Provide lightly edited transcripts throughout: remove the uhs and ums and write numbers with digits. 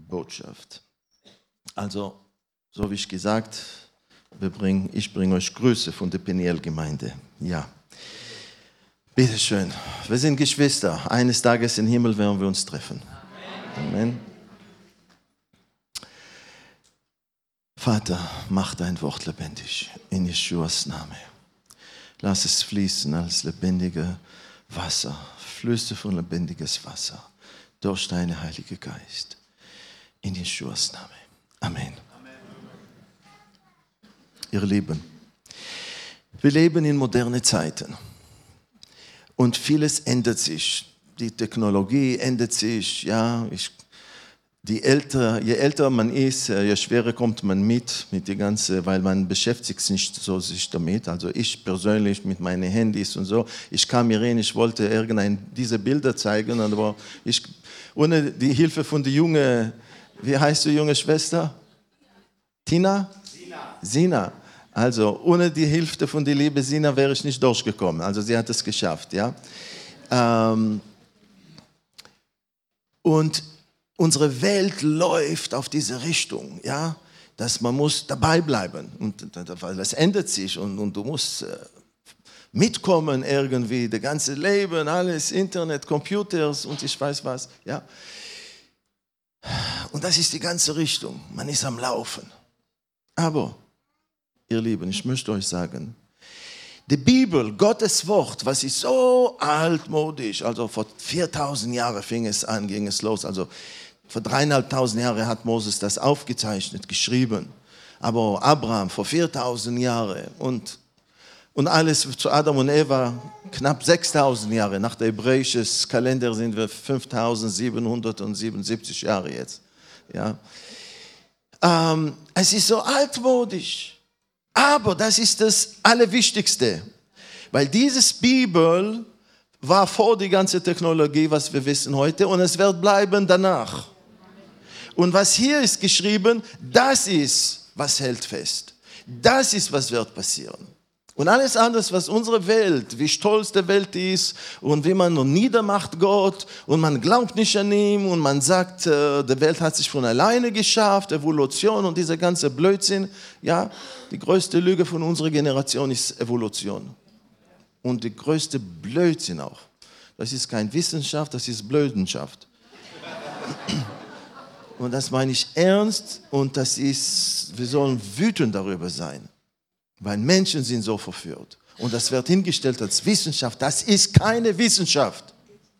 Botschaft. Also, so wie ich gesagt, ich bringe euch Grüße von der Peniel-Gemeinde. Ja. Bitteschön. Wir sind Geschwister. Eines Tages im Himmel werden wir uns treffen. Amen. Vater, mach dein Wort lebendig in Jeschuas Name. Lass es fließen als lebendige Wasser, Flüsse von lebendiges Wasser durch deinen Heiligen Geist. In Jeschuas Name. Amen. Ihr Lieben, wir leben in modernen Zeiten und vieles ändert sich. Die Technologie ändert sich, ja. Je älter man ist, je schwerer kommt man mit der ganzen, weil man beschäftigt sich nicht so sich damit. Also ich persönlich mit meinen Handys und so, ich kam hier hin, ich wollte diese Bilder zeigen, aber ohne die Hilfe von der jungen, wie heißt die junge Schwester? Tina? Sina. Also ohne die Hilfe von der lieben Sina wäre ich nicht durchgekommen. Also sie hat es geschafft, ja. Und unsere Welt läuft auf diese Richtung, ja, dass man muss dabei bleiben und das ändert sich und du musst mitkommen irgendwie, das ganze Leben, alles, Internet, Computers und ich weiß was, ja. Und das ist die ganze Richtung, man ist am Laufen. Aber, ihr Lieben, ich möchte euch sagen, die Bibel, Gottes Wort, was ist so altmodisch, also vor 4000 Jahren ging es los, also vor 3500 Jahren hat Moses das aufgezeichnet, geschrieben. Aber Abraham vor 4000 Jahren und alles zu Adam und Eva knapp 6000 Jahre. Nach dem hebräischen Kalender sind wir 5777 Jahre jetzt. Ja. Es ist so altmodisch. Aber das ist das Allerwichtigste. Weil dieses Bibel war vor die ganze Technologie, was wir wissen heute, und es wird bleiben danach. Und was hier ist geschrieben, das ist, was hält fest. Das ist, was wird passieren. Und alles andere, was unsere Welt, wie stolz die Welt ist und wie man nur niedermacht Gott und man glaubt nicht an ihn und man sagt, die Welt hat sich von alleine geschafft, Evolution und dieser ganze Blödsinn. Ja, die größte Lüge von unserer Generation ist Evolution. Und die größte Blödsinn auch. Das ist keine Wissenschaft, das ist Blödenschaft. Und das meine ich ernst und wir sollen wütend darüber sein. Weil Menschen sind so verführt. Und das wird hingestellt als Wissenschaft. Das ist keine Wissenschaft.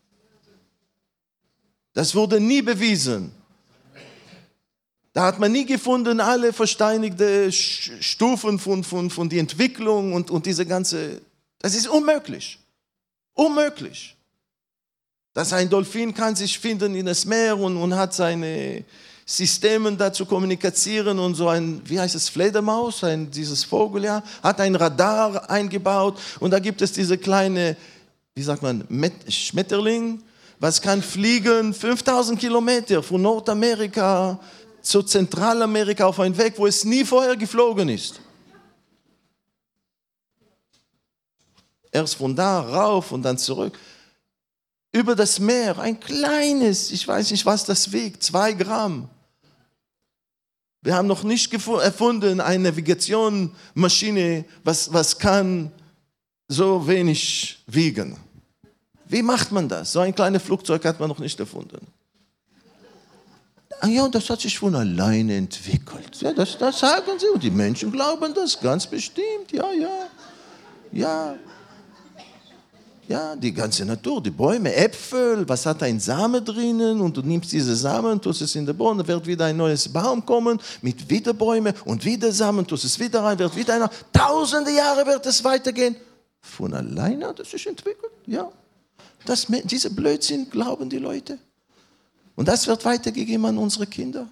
Das wurde nie bewiesen. Da hat man nie gefunden, alle versteinigte Stufen von der Entwicklung und diese ganze... Das ist unmöglich. Unmöglich. Dass ein Delfin kann sich finden in das Meer und hat seine Systeme dazu kommunizieren und so ein, wie heißt es, Fledermaus, dieses Vogel, ja, hat ein Radar eingebaut und da gibt es diese kleine, wie sagt man, Schmetterling, was kann fliegen 5000 Kilometer von Nordamerika zu Zentralamerika auf einen Weg, wo es nie vorher geflogen ist. Erst von da rauf und dann zurück. Über das Meer, ein kleines, ich weiß nicht, was das wiegt, 2 Gramm. Wir haben noch nicht erfunden, eine Navigationsmaschine, was kann so wenig wiegen. Wie macht man das? So ein kleines Flugzeug hat man noch nicht erfunden. Ja, das hat sich von alleine entwickelt. Ja, das sagen sie und die Menschen glauben das ganz bestimmt. Ja. Ja, die ganze Natur, die Bäume, Äpfel, was hat ein Samen drinnen und du nimmst diese Samen, tust es in den Boden, dann wird wieder ein neues Baum kommen mit wieder Bäume und wieder Samen, tust es wieder rein, wird wieder einer. Tausende Jahre wird es weitergehen. Von alleine hat es sich entwickelt, ja. Diese Blödsinn glauben die Leute. Und das wird weitergegeben an unsere Kinder.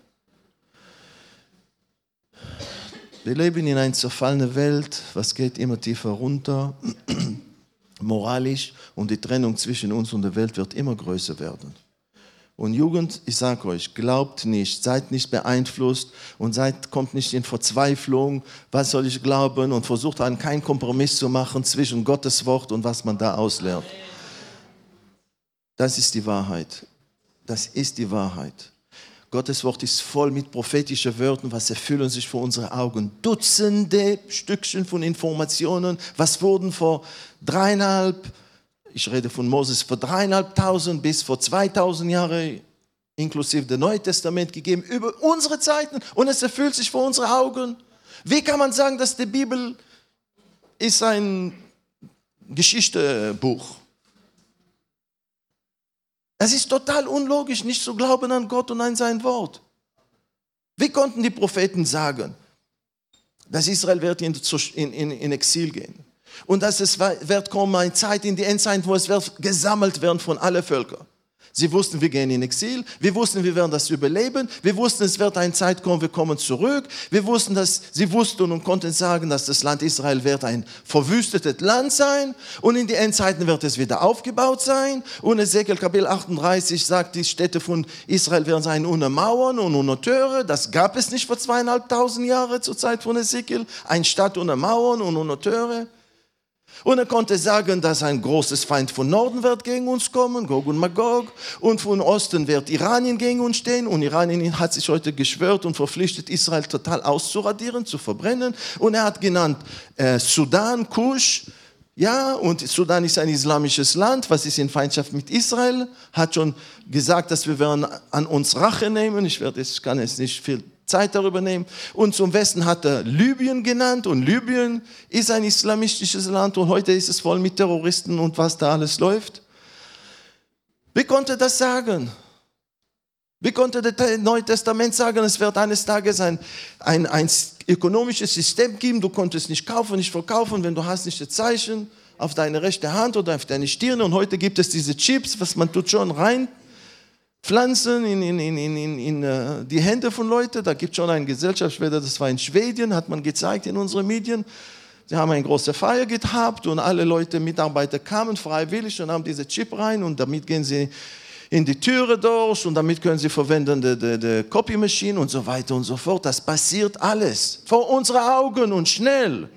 Wir leben in einer zerfallenen Welt, was geht immer tiefer runter. Moralisch und die Trennung zwischen uns und der Welt wird immer größer werden. Und Jugend, ich sage euch, glaubt nicht, seid nicht beeinflusst und kommt nicht in Verzweiflung, was soll ich glauben und versucht dann keinen Kompromiss zu machen zwischen Gottes Wort und was man da auslernt. Das ist die Wahrheit. Das ist die Wahrheit. Gottes Wort ist voll mit prophetischen Wörtern, was erfüllen sich vor unseren Augen. Dutzende Stückchen von Informationen, was wurden vor 3,5, ich rede von Moses, vor 3.500 bis vor 2.000 Jahren, inklusive dem Neuen Testament gegeben, über unsere Zeiten, und es erfüllt sich vor unseren Augen. Wie kann man sagen, dass die Bibel ist ein Geschichtebuch? Es ist total unlogisch, nicht zu glauben an Gott und an sein Wort. Wie konnten die Propheten sagen, dass Israel wird in Exil gehen und dass es wird kommen eine Zeit in die Endzeit, wo es wird gesammelt werden von allen Völkern? Sie wussten, wir gehen in Exil, wir wussten, wir werden das überleben, wir wussten, es wird eine Zeit kommen, wir kommen zurück, sie wussten und konnten sagen, dass das Land Israel wird ein verwüstetes Land sein und in die Endzeiten wird es wieder aufgebaut sein, und Ezekiel Kapitel 38 sagt, die Städte von Israel werden sein ohne Mauern und ohne Tore. Das gab es nicht vor 2.500 Jahren zur Zeit von Ezekiel, eine Stadt ohne Mauern und ohne Tore. Und er konnte sagen, dass ein großes Feind von Norden wird gegen uns kommen, Gog und Magog, und von Osten wird Iranien gegen uns stehen, und Iranien hat sich heute geschwört und verpflichtet, Israel total auszuradieren, zu verbrennen, und er hat genannt Sudan, Kusch, ja, und Sudan ist ein islamisches Land, was ist in Feindschaft mit Israel, hat schon gesagt, dass wir werden an uns Rache nehmen, ich kann jetzt nicht viel Zeit darüber nehmen. Und zum Westen hat er Libyen genannt, und Libyen ist ein islamistisches Land und heute ist es voll mit Terroristen und was da alles läuft. Wie konnte er das sagen? Wie konnte das Neue Testament sagen, es wird eines Tages ein ökonomisches System geben, du konntest nicht kaufen, nicht verkaufen, wenn du hast nicht das Zeichen auf deine rechte Hand oder auf deine Stirn, und heute gibt es diese Chips, was man tut schon rein pflanzen in die Hände von Leuten. Da gibt es schon eine Gesellschaft, das war in Schweden, hat man gezeigt in unseren Medien. Sie haben eine große Feier gehabt und alle Leute, Mitarbeiter kamen freiwillig und haben diese Chip rein, und damit gehen sie in die Türe durch und damit können sie verwenden die Copy-Maschine und so weiter und so fort. Das passiert alles vor unseren Augen und schnell.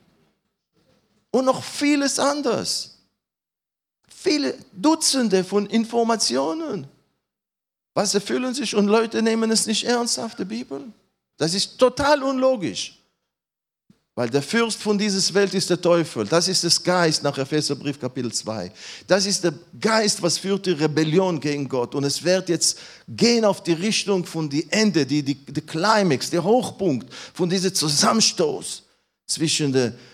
Und noch vieles anderes. Viele Dutzende von Informationen. Was erfüllen sich, und Leute nehmen es nicht ernsthaft, die Bibel? Das ist total unlogisch. Weil der Fürst von dieser Welt ist der Teufel. Das ist das Geist nach Epheserbrief Kapitel 2. Das ist der Geist, was führt die Rebellion gegen Gott. Und es wird jetzt gehen auf die Richtung von die Ende, die Climax, der Hochpunkt von diesem Zusammenstoß zwischen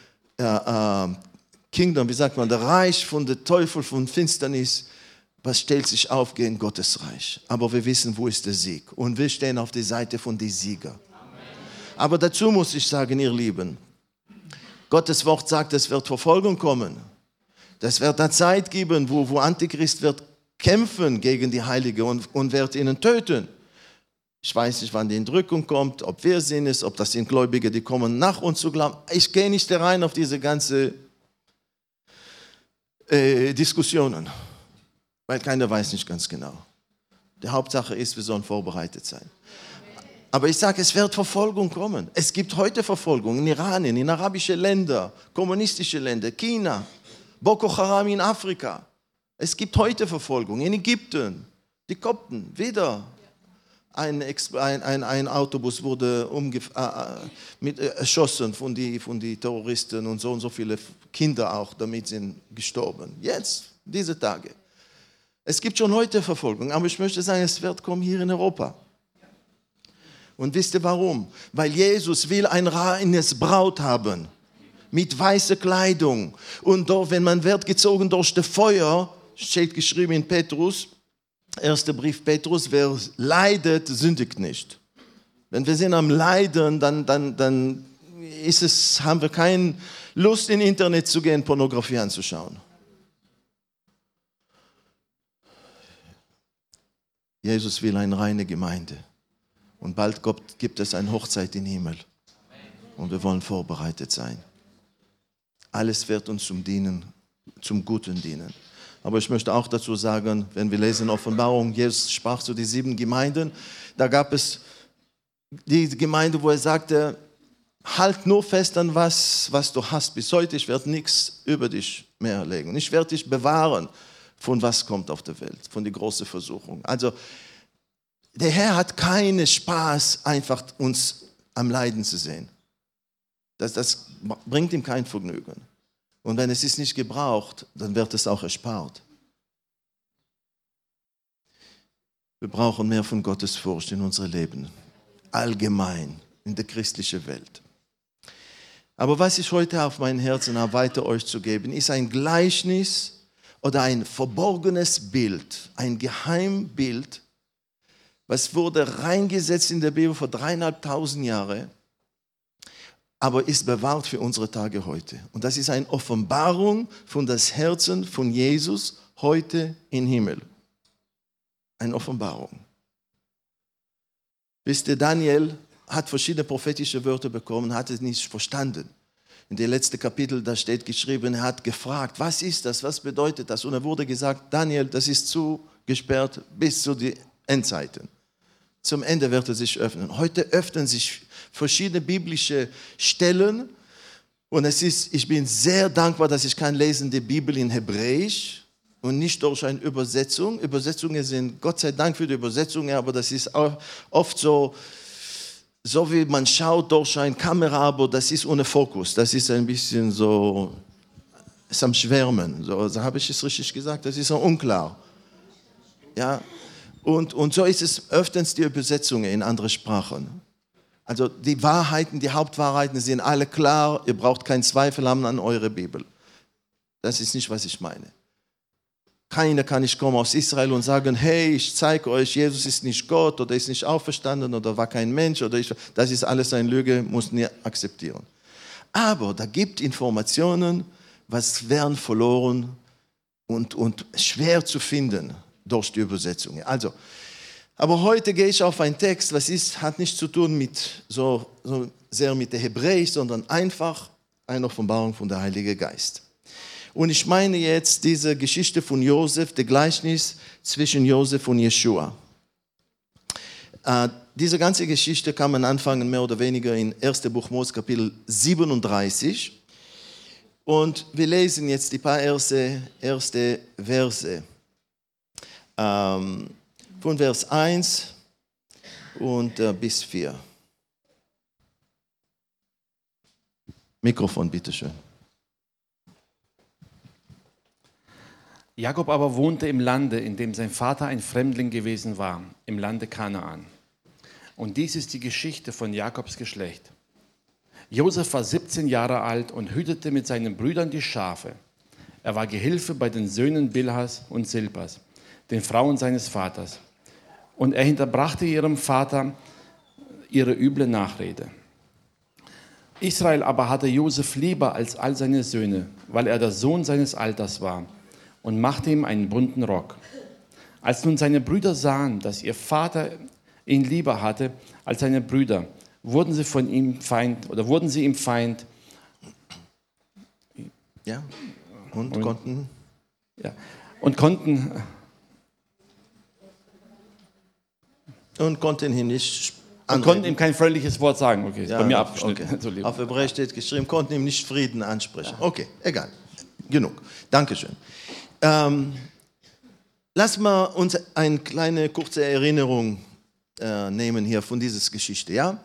der Kingdom, wie sagt man, der Reich von der Teufel, von Finsternis. Was stellt sich auf gegen Gottes Reich? Aber wir wissen, wo ist der Sieg. Und wir stehen auf der Seite von den Siegern. Aber dazu muss ich sagen, ihr Lieben, Gottes Wort sagt, es wird Verfolgung kommen. Das wird eine Zeit geben, wo Antichrist wird kämpfen gegen die Heiligen und wird ihnen töten. Ich weiß nicht, wann die Entrückung kommt, ob wir sind, ob das sind Gläubige, die kommen nach uns zu glauben. Ich gehe nicht rein auf diese ganzen Diskussionen. Weil keiner weiß nicht ganz genau. Die Hauptsache ist, wir sollen vorbereitet sein. Aber ich sage, es wird Verfolgung kommen. Es gibt heute Verfolgung in Iran, in arabische Länder, kommunistische Länder, China, Boko Haram in Afrika. Es gibt heute Verfolgung in Ägypten, die Kopten, wieder. Ein Autobus wurde erschossen von den Terroristen, und so viele Kinder auch damit sind gestorben. Jetzt, diese Tage. Es gibt schon heute Verfolgung, aber ich möchte sagen, es wird kommen hier in Europa. Und wisst ihr warum? Weil Jesus will ein reines Braut haben, mit weißer Kleidung. Und dort, wenn man wird gezogen durch das Feuer, steht geschrieben in Petrus, erster Brief Petrus, wer leidet, sündigt nicht. Wenn wir sind am Leiden, dann haben wir keine Lust, in Internet zu gehen, Pornografie anzuschauen. Jesus will eine reine Gemeinde. Und bald gibt es eine Hochzeit im Himmel. Und wir wollen vorbereitet sein. Alles wird uns zum Guten dienen. Aber ich möchte auch dazu sagen, wenn wir lesen Offenbarung, Jesus sprach zu den 7 Gemeinden, da gab es die Gemeinde, wo er sagte, halt nur fest an was du hast bis heute, ich werde nichts über dich mehr legen. Ich werde dich bewahren von was kommt auf der Welt, von der großen Versuchung. Also der Herr hat keinen Spaß, einfach uns am Leiden zu sehen. Das bringt ihm kein Vergnügen. Und wenn es ist nicht gebraucht, dann wird es auch erspart. Wir brauchen mehr von Gottes Furcht in unserem Leben. Allgemein, in der christlichen Welt. Aber was ich heute auf mein Herzen habe, weiter euch zu geben, ist ein Gleichnis oder ein verborgenes Bild, ein Geheimbild, was wurde reingesetzt in der Bibel vor 3.500 Jahren, aber ist bewahrt für unsere Tage heute. Und das ist eine Offenbarung von das Herzen von Jesus heute im Himmel. Eine Offenbarung. Wisst ihr, Daniel hat verschiedene prophetische Wörter bekommen, hat es nicht verstanden. In dem letzten Kapitel, da steht geschrieben, er hat gefragt, was ist das, was bedeutet das? Und er wurde gesagt, Daniel, das ist zugesperrt bis zu den Endzeiten. Zum Ende wird er sich öffnen. Heute öffnen sich verschiedene biblische Stellen und ich bin sehr dankbar, dass ich kann lesen die Bibel in Hebräisch und nicht durch eine Übersetzung. Übersetzungen sind, Gott sei Dank für die Übersetzungen, aber das ist auch oft so wie man schaut durch eine Kamera, aber das ist ohne Fokus. Das ist ein bisschen so, ist am Schwärmen. So habe ich es richtig gesagt, das ist so unklar. Ja. Und so ist es öfters die Übersetzungen in andere Sprachen. Also die Wahrheiten, die Hauptwahrheiten sind alle klar. Ihr braucht keinen Zweifel haben an eure Bibel. Das ist nicht, was ich meine. Keiner kann nicht kommen aus Israel und sagen, hey, ich zeige euch, Jesus ist nicht Gott oder ist nicht auferstanden oder war kein Mensch. Das ist alles eine Lüge, muss nie akzeptieren. Aber da gibt Informationen, was werden verloren und schwer zu finden durch die Übersetzung. Also, aber heute gehe ich auf einen Text, hat nichts zu tun mit so sehr mit der Hebräisch, sondern einfach eine Offenbarung von der Heilige Geist. Und ich meine jetzt diese Geschichte von Josef, der Gleichnis zwischen Josef und Jeschua. Diese ganze Geschichte kann man anfangen, mehr oder weniger in 1. Buch Mose, Kapitel 37. Und wir lesen jetzt die paar erste Verse. Von Vers 1 und bis 4. Mikrofon, bitteschön. Jakob aber wohnte im Lande, in dem sein Vater ein Fremdling gewesen war, im Lande Kanaan. Und dies ist die Geschichte von Jakobs Geschlecht. Josef war 17 Jahre alt und hütete mit seinen Brüdern die Schafe. Er war Gehilfe bei den Söhnen Bilhas und Silpas, den Frauen seines Vaters. Und er hinterbrachte ihrem Vater ihre üble Nachrede. Israel aber hatte Josef lieber als all seine Söhne, weil er der Sohn seines Alters war, und machte ihm einen bunten Rock. Als nun seine Brüder sahen, dass ihr Vater ihn lieber hatte als seine Brüder, wurden sie ihm Feind. Ja, und konnten. Ja, und konnten ihm kein freundliches Wort sagen. Okay, ist bei mir abgeschnitten. Okay. Auf Hebräisch steht geschrieben, konnten ihm nicht Frieden ansprechen. Okay, egal. Genug. Dankeschön. Lass mal uns eine kleine kurze Erinnerung nehmen hier von dieser Geschichte. Ja?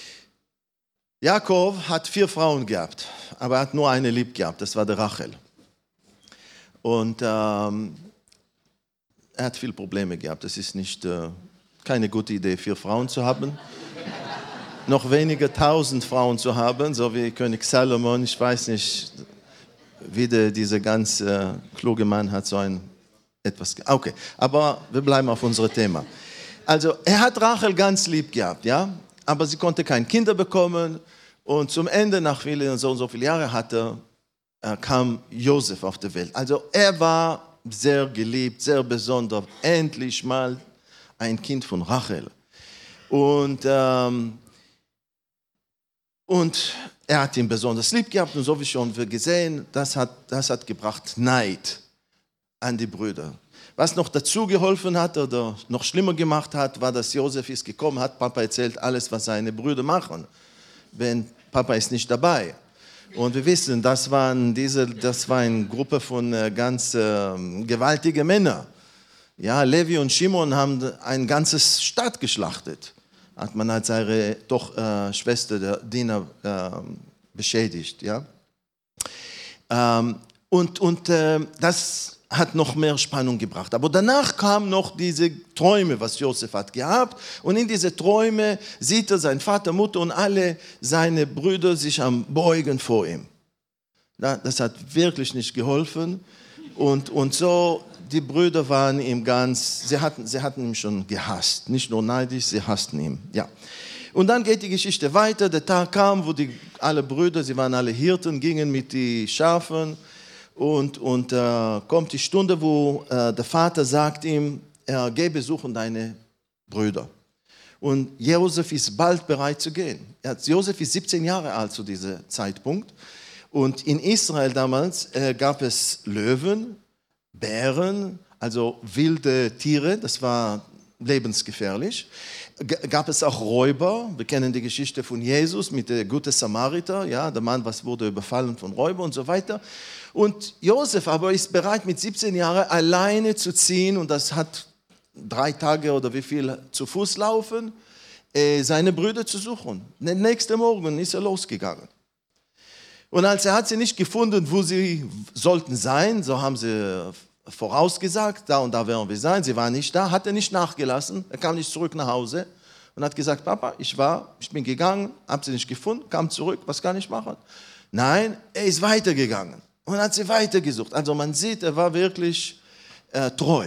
Jakob hat 4 Frauen gehabt, aber er hat nur eine lieb gehabt, das war der Rachel. Und er hat viele Probleme gehabt. Das ist keine gute Idee, 4 Frauen zu haben. Noch weniger 1000 Frauen zu haben, so wie König Salomon. Ich weiß nicht, wie dieser ganz kluge Mann hat so etwas. Okay, aber wir bleiben auf unserem Thema. Also, er hat Rachel ganz lieb gehabt, ja, aber sie konnte keine Kinder bekommen und zum Ende, nach so und so vielen Jahren, kam Josef auf die Welt. Also, er war sehr geliebt, sehr besonders, endlich mal ein Kind von Rachel. Und er hat ihn besonders lieb gehabt und so wie schon wir gesehen, das hat gebracht Neid an die Brüder. Was noch dazu geholfen hat oder noch schlimmer gemacht hat, war, dass Josef ist gekommen, hat Papa erzählt, alles, was seine Brüder machen, wenn Papa ist nicht dabei. Und wir wissen, das war eine Gruppe von ganz gewaltigen Männern. Ja, Levi und Shimon haben ein ganzes Stadt geschlachtet. Man hat seine Schwester, der Dina, beschädigt. Ja? Das hat noch mehr Spannung gebracht. Aber danach kamen noch diese Träume, was Josef hat gehabt. Und in diese Träume sieht er seinen Vater, Mutter und alle seine Brüder sich am Beugen vor ihm. Das hat wirklich nicht geholfen. Und so, die Brüder waren ihm sie hatten ihn schon gehasst. Nicht nur neidisch, sie hassten ihn. Ja. Und dann geht die Geschichte weiter. Der Tag kam, wo alle Brüder, sie waren alle Hirten, gingen mit den Schafen. Und kommt die Stunde, wo der Vater sagt ihm, geh besuchen deine Brüder. Und Josef ist bald bereit zu gehen. Josef ist 17 Jahre alt zu diesem Zeitpunkt. Und in Israel damals gab es Löwen, Bären, also wilde Tiere, das war lebensgefährlich. Gab es auch Räuber, wir kennen die Geschichte von Jesus mit der guten Samariter, ja, der Mann, was wurde überfallen von Räubern und so weiter. Und Josef aber ist bereit, mit 17 Jahren alleine zu ziehen, und das hat 3 Tage oder wie viel zu Fuß laufen, seine Brüder zu suchen. Den nächsten Morgen ist er losgegangen. Und als er hat sie nicht gefunden, wo sie sollten sein, so haben sie vorausgesagt, da und da werden wir sein, sie waren nicht da, hat er nicht nachgelassen, er kam nicht zurück nach Hause und hat gesagt, Papa, ich bin gegangen, habe sie nicht gefunden, kam zurück, was kann ich machen? Nein, er ist weitergegangen und hat sie weitergesucht. Also man sieht, er war wirklich treu.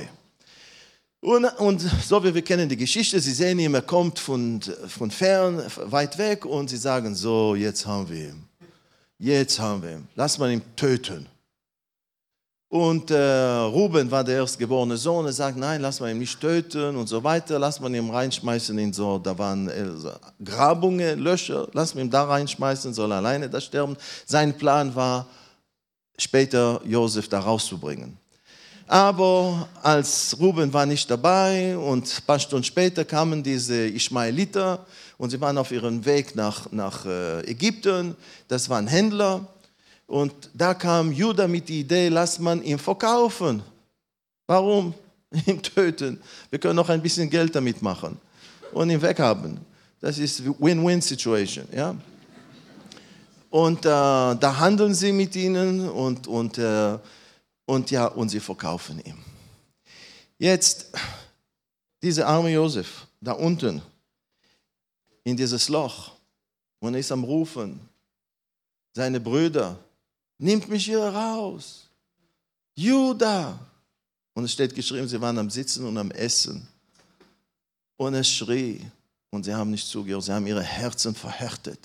Und so wie wir kennen die Geschichte, sie sehen ihn, er kommt von fern, weit weg, und sie sagen, so, jetzt haben wir ihn. Lass mal ihn töten. Und Ruben war der erstgeborene Sohn, er sagt, nein, lass mal ihn nicht töten und so weiter, lass mal ihn reinschmeißen in so, da waren Grabungen, Löcher, lass mal ihn da reinschmeißen, soll alleine da sterben. Sein Plan war, später Josef da rauszubringen. Aber als Ruben war nicht dabei und ein paar Stunden später kamen diese Ischmaeliter und sie waren auf ihrem Weg nach Ägypten, das waren Händler. Und da kam Judah mit der Idee, lass man ihn verkaufen. Warum ihn töten? Wir können noch ein bisschen Geld damit machen und ihn weghaben. Das ist Win-Win-Situation. Ja? Und da handeln sie mit ihnen und sie verkaufen ihn. Jetzt, dieser arme Josef, da unten, in dieses Loch, und er ist am Rufen, seine Brüder, nimmt mich hier raus. Judah. Und es steht geschrieben, sie waren am Sitzen und am Essen. Und er schrie. Und sie haben nicht zugehört. Sie haben ihre Herzen verhärtet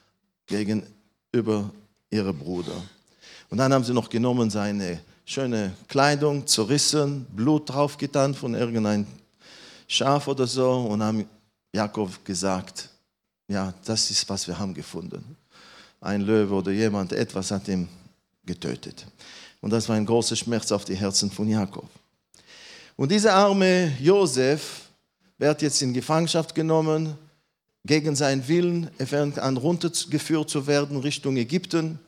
gegenüber ihrem Bruder. Und dann haben sie noch genommen seine schöne Kleidung, zerrissen, Blut draufgetan von irgendeinem Schaf oder so, und haben Jakob gesagt, ja, das ist, was wir haben gefunden. Ein Löwe oder etwas hat ihn getötet. Und das war ein großer Schmerz auf die Herzen von Jakob. Und dieser arme Josef wird jetzt in Gefangenschaft genommen, gegen seinen Willen. Er fängt an, runtergeführt zu werden Richtung Ägypten.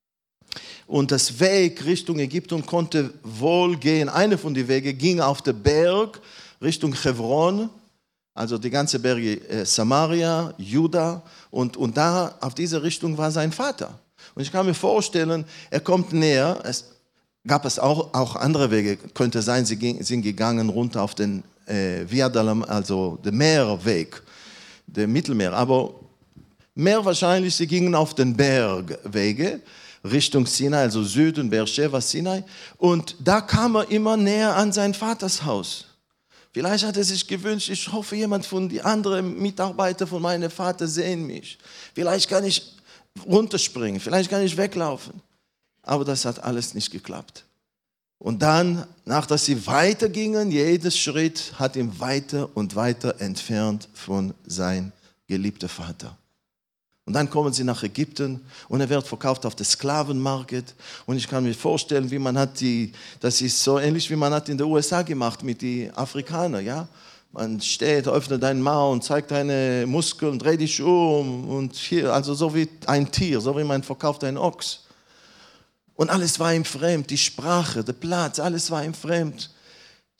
Und das Weg Richtung Ägypten konnte wohl gehen. Einer von den Wegen ging auf den Berg Richtung Hebron, also die ganze Berge Samaria, Juda. Und da auf diese Richtung war sein Vater. Und ich kann mir vorstellen, er kommt näher. Es gab auch andere Wege. Könnte sein, sie sind gegangen runter auf den Via Dalam, also den Meerweg, den Mittelmeer. Aber mehr wahrscheinlich, sie gingen auf den Bergwege Richtung Sinai, also Süden, Beersheba, Sinai. Und da kam er immer näher an sein Vaters Haus. Vielleicht hat er sich gewünscht, ich hoffe, jemand von den anderen Mitarbeitern von meinem Vater sehen mich. Vielleicht kann ich runterspringen, vielleicht kann ich weglaufen. Aber das hat alles nicht geklappt. Und dann, nachdem sie weitergingen, jeder Schritt hat ihn weiter und weiter entfernt von seinem geliebten Vater. Und dann kommen sie nach Ägypten und er wird verkauft auf der Sklavenmarkt. Und ich kann mir vorstellen, wie man hat das ist so ähnlich, wie man hat in den USA gemacht mit den Afrikanern. Ja? Man steht, öffnet deinen Maul und zeigt deine Muskeln, dreh dich um. Und hier, also so wie ein Tier, so wie man verkauft einen Ochs. Und alles war ihm fremd, die Sprache, der Platz, alles war ihm fremd.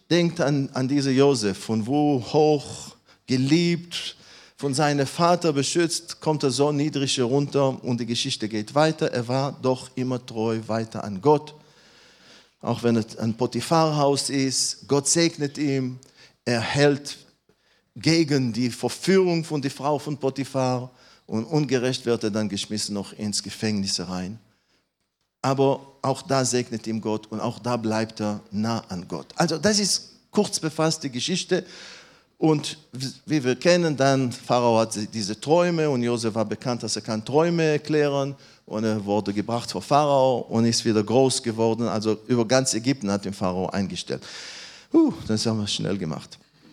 denkt an diesen Josef, von wo hoch geliebt, von seinem Vater beschützt, kommt er so niedrig herunter und die Geschichte geht weiter. Er war doch immer treu weiter an Gott. Auch wenn es ein Potiphar-Haus ist, Gott segnet ihn, er hält gegen die Verführung von der Frau von Potiphar und ungerecht wird er dann geschmissen noch ins Gefängnis rein. Aber auch da segnet ihm Gott und auch da bleibt er nah an Gott. Also das ist kurz befasste Geschichte und wie wir kennen, dann Pharao hat diese Träume und Josef war bekannt, dass er kann Träume erklären und er wurde gebracht vor Pharao und ist wieder groß geworden. Also über ganz Ägypten hat den Pharao eingestellt. Das haben wir schnell gemacht.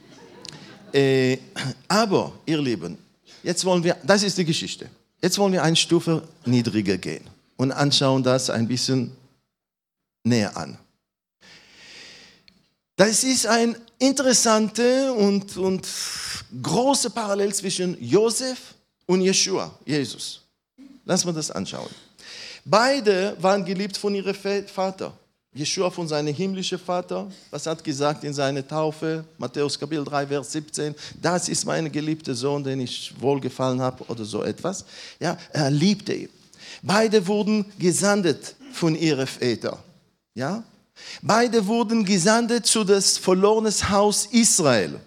Aber, ihr Lieben, jetzt wollen wir, das ist die Geschichte, jetzt wollen wir eine Stufe niedriger gehen und anschauen das ein bisschen näher an. Das ist ein interessante und große Parallel zwischen Josef und Jeschua, Jesus. Lass mal das anschauen. Beide waren geliebt von ihrem Vater. Jeschua von seinem himmlischen Vater, was hat gesagt in seiner Taufe, Matthäus Kapitel 3, Vers 17, das ist mein geliebter Sohn, den ich wohlgefallen habe oder so etwas. Ja, er liebte ihn. Beide wurden gesandt von ihren Vätern. Ja? Beide wurden gesandt zu das verlorene Haus Israel.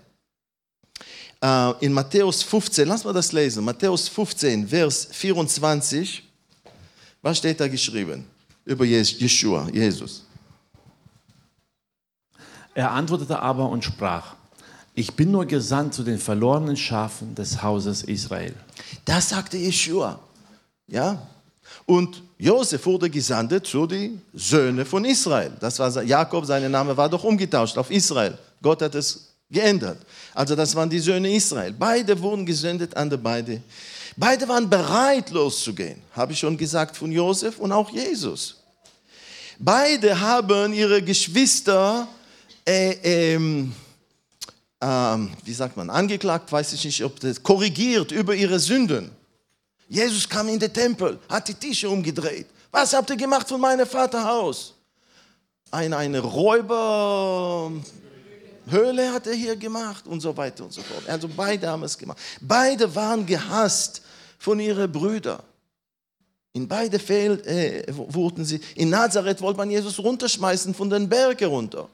In Matthäus 15, lass mal das lesen, Matthäus 15, Vers 24, was steht da geschrieben über Jeschua, Jesus? Er antwortete aber und sprach, ich bin nur gesandt zu den verlorenen Schafen des Hauses Israel. Das sagte Jeschua. Ja? Und Josef wurde gesandt zu den Söhnen von Israel. Das war Jakob, sein Name war doch umgetauscht auf Israel. Gott hat es geändert. Also das waren die Söhne Israel. Beide wurden gesendet an die beide. Beide waren bereit loszugehen, habe ich schon gesagt, von Josef und auch Jesus. Beide haben ihre Geschwister wie sagt man, angeklagt, weiß ich nicht, ob das korrigiert über ihre Sünden. Jesus kam in den Tempel, hat die Tische umgedreht. Was habt ihr gemacht von meinem Vaterhaus? Eine Räuberhöhle hat er hier gemacht und so weiter und so fort. Also beide haben es gemacht. Beide waren gehasst von ihren Brüdern. In beide Fällen wurden sie, in Nazareth wollte man Jesus runterschmeißen von den Bergen runter.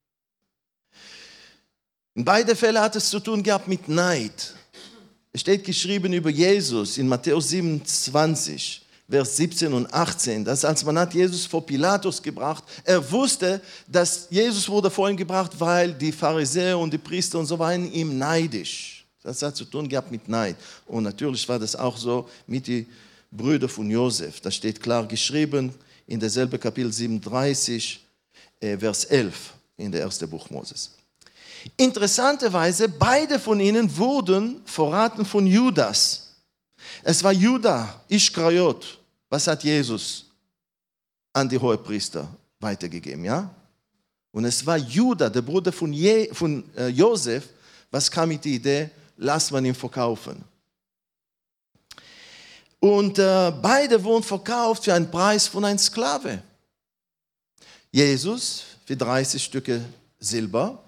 In beide Fälle hat es zu tun gehabt mit Neid. Es steht geschrieben über Jesus in Matthäus 27, Vers 17 und 18, dass als man hat Jesus vor Pilatus gebracht, er wusste, dass Jesus wurde vor ihn gebracht, weil die Pharisäer und die Priester und so waren ihm neidisch. Das hat zu tun gehabt mit Neid. Und natürlich war das auch so mit den Brüdern von Josef. Das steht klar geschrieben in derselben Kapitel 37, Vers 11 in der ersten Buch Moses. Interessanterweise, beide von ihnen wurden verraten von Judas. Es war Judas Ischkariot. Was hat Jesus an die Hohepriester weitergegeben? Ja? Und es war Judas, der Bruder von Josef, was kam mit der Idee, lass man ihn verkaufen. Und beide wurden verkauft für einen Preis von einem Sklave. Jesus für 30 Stücke Silber.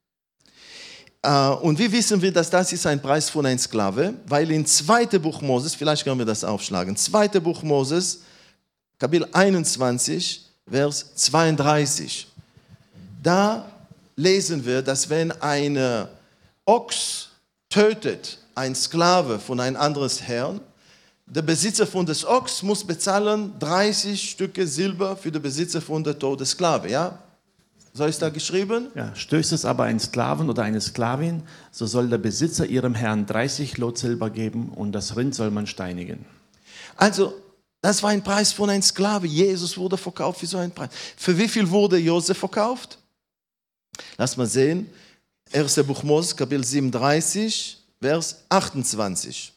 Und wie wissen wir, dass das ist ein Preis von einem Sklave? Weil in 2. Buch Moses, vielleicht können wir das aufschlagen, 2. Buch Moses, Kapitel 21, Vers 32. Da lesen wir, dass wenn ein Ochs tötet, ein Sklave von einem anderen Herrn, der Besitzer von des Ochs muss bezahlen 30 Stücke Silber für den Besitzer von der toten Sklave, ja? So ist da geschrieben? Ja, stößt es aber einen Sklaven oder eine Sklavin, so soll der Besitzer ihrem Herrn 30 Lot Silber geben und das Rind soll man steinigen. Also, das war ein Preis von einem Sklave. Jesus wurde verkauft für so einen Preis. Für wie viel wurde Josef verkauft? Lass mal sehen. 1. Buch Moses, Kapitel 37, Vers 28.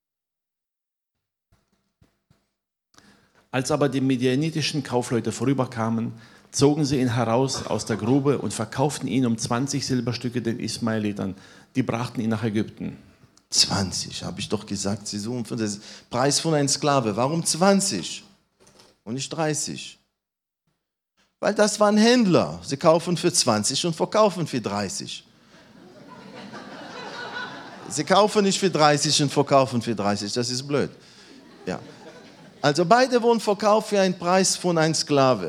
Als aber die medianitischen Kaufleute vorüberkamen, zogen sie ihn heraus aus der Grube und verkauften ihn um 20 Silberstücke den Ismaelitern. Die brachten ihn nach Ägypten. 20, habe ich doch gesagt. Sie suchen für den Preis von einem Sklave. Warum 20 und nicht 30? Weil das waren Händler. Sie kaufen für 20 und verkaufen für 30. Sie kaufen nicht für 30 und verkaufen für 30. Das ist blöd. Ja. Also beide wurden verkauft für einen Preis von einem Sklave.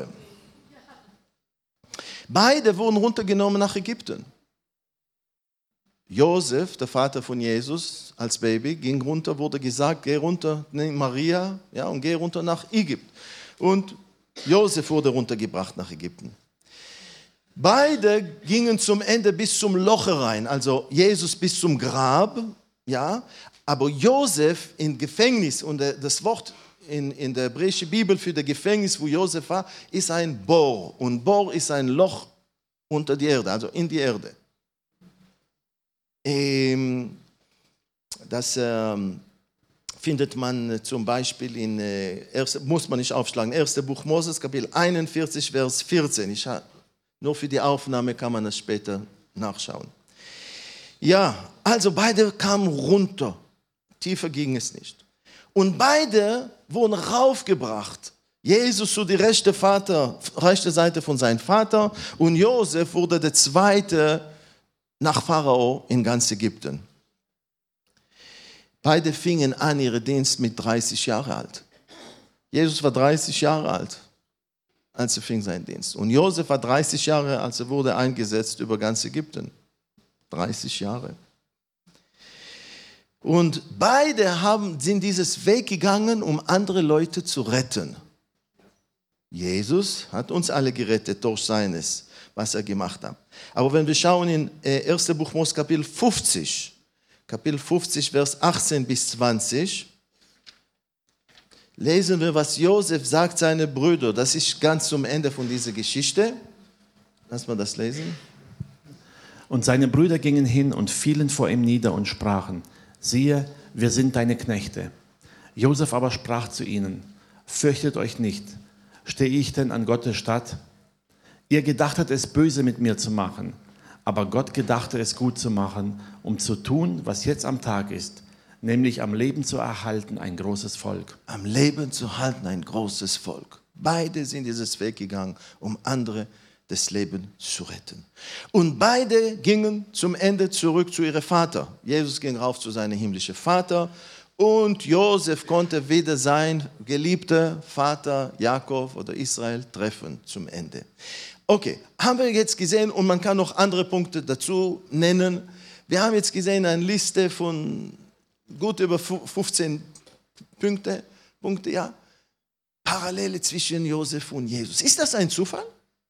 Beide wurden runtergenommen nach Ägypten. Josef, der Vater von Jesus, als Baby, ging runter, wurde gesagt, geh runter, nimm Maria, ja, und geh runter nach Ägypten. Und Josef wurde runtergebracht nach Ägypten. Beide gingen zum Ende bis zum Loch rein, also Jesus bis zum Grab, ja, aber Josef im Gefängnis, und das Wort in der hebräischen Bibel für das Gefängnis, wo Josef war, ist ein Bor. Und Bor ist ein Loch unter die Erde, also in die Erde. Das findet man zum Beispiel muss man nicht aufschlagen, 1. Buch Moses, Kapitel 41, Vers 14. Nur für die Aufnahme kann man das später nachschauen. Ja, also beide kamen runter. Tiefer ging es nicht. Und beide wurden raufgebracht. Jesus zu der rechten Seite von seinem Vater und Josef wurde der zweite nach Pharao in ganz Ägypten. Beide fingen an ihren Dienst mit 30 Jahren alt. Jesus war 30 Jahre alt, als er fing seinen Dienst. Und Josef war 30 Jahre, als er wurde eingesetzt über ganz Ägypten. 30 Jahre. Und beide sind dieses Weg gegangen, um andere Leute zu retten. Jesus hat uns alle gerettet durch seines, was er gemacht hat. Aber wenn wir schauen in 1. Buch Mose, Kapitel 50, Vers 18 bis 20, lesen wir, was Josef sagt seinen Brüdern. Das ist ganz zum Ende von dieser Geschichte. Lass mal das lesen. Und seine Brüder gingen hin und fielen vor ihm nieder und sprachen, siehe, wir sind deine Knechte. Josef aber sprach zu ihnen, fürchtet euch nicht, stehe ich denn an Gottes Statt? Ihr gedachtet es böse mit mir zu machen, aber Gott gedachte es gut zu machen, um zu tun, was jetzt am Tag ist, nämlich am Leben zu erhalten ein großes Volk. Am Leben zu halten ein großes Volk. Beide sind dieses Weg gegangen, um andere das Leben zu retten. Und beide gingen zum Ende zurück zu ihrem Vater. Jesus ging rauf zu seinem himmlischen Vater und Josef konnte wieder sein geliebter Vater Jakob oder Israel treffen zum Ende. Okay, haben wir jetzt gesehen und man kann noch andere Punkte dazu nennen. Wir haben jetzt gesehen eine Liste von gut über 15 Punkte, ja. Parallele zwischen Josef und Jesus. Ist das ein Zufall?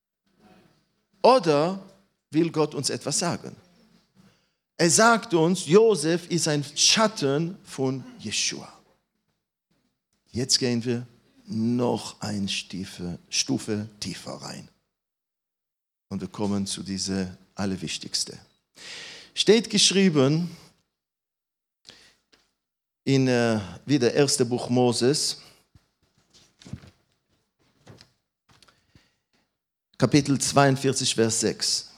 Oder will Gott uns etwas sagen? Er sagt uns, Josef ist ein Schatten von Jeschua. Jetzt gehen wir noch eine Stufe tiefer rein. Und wir kommen zu dieser allerwichtigste. Steht geschrieben in wieder 1. Buch Moses, Kapitel 42, Vers 6.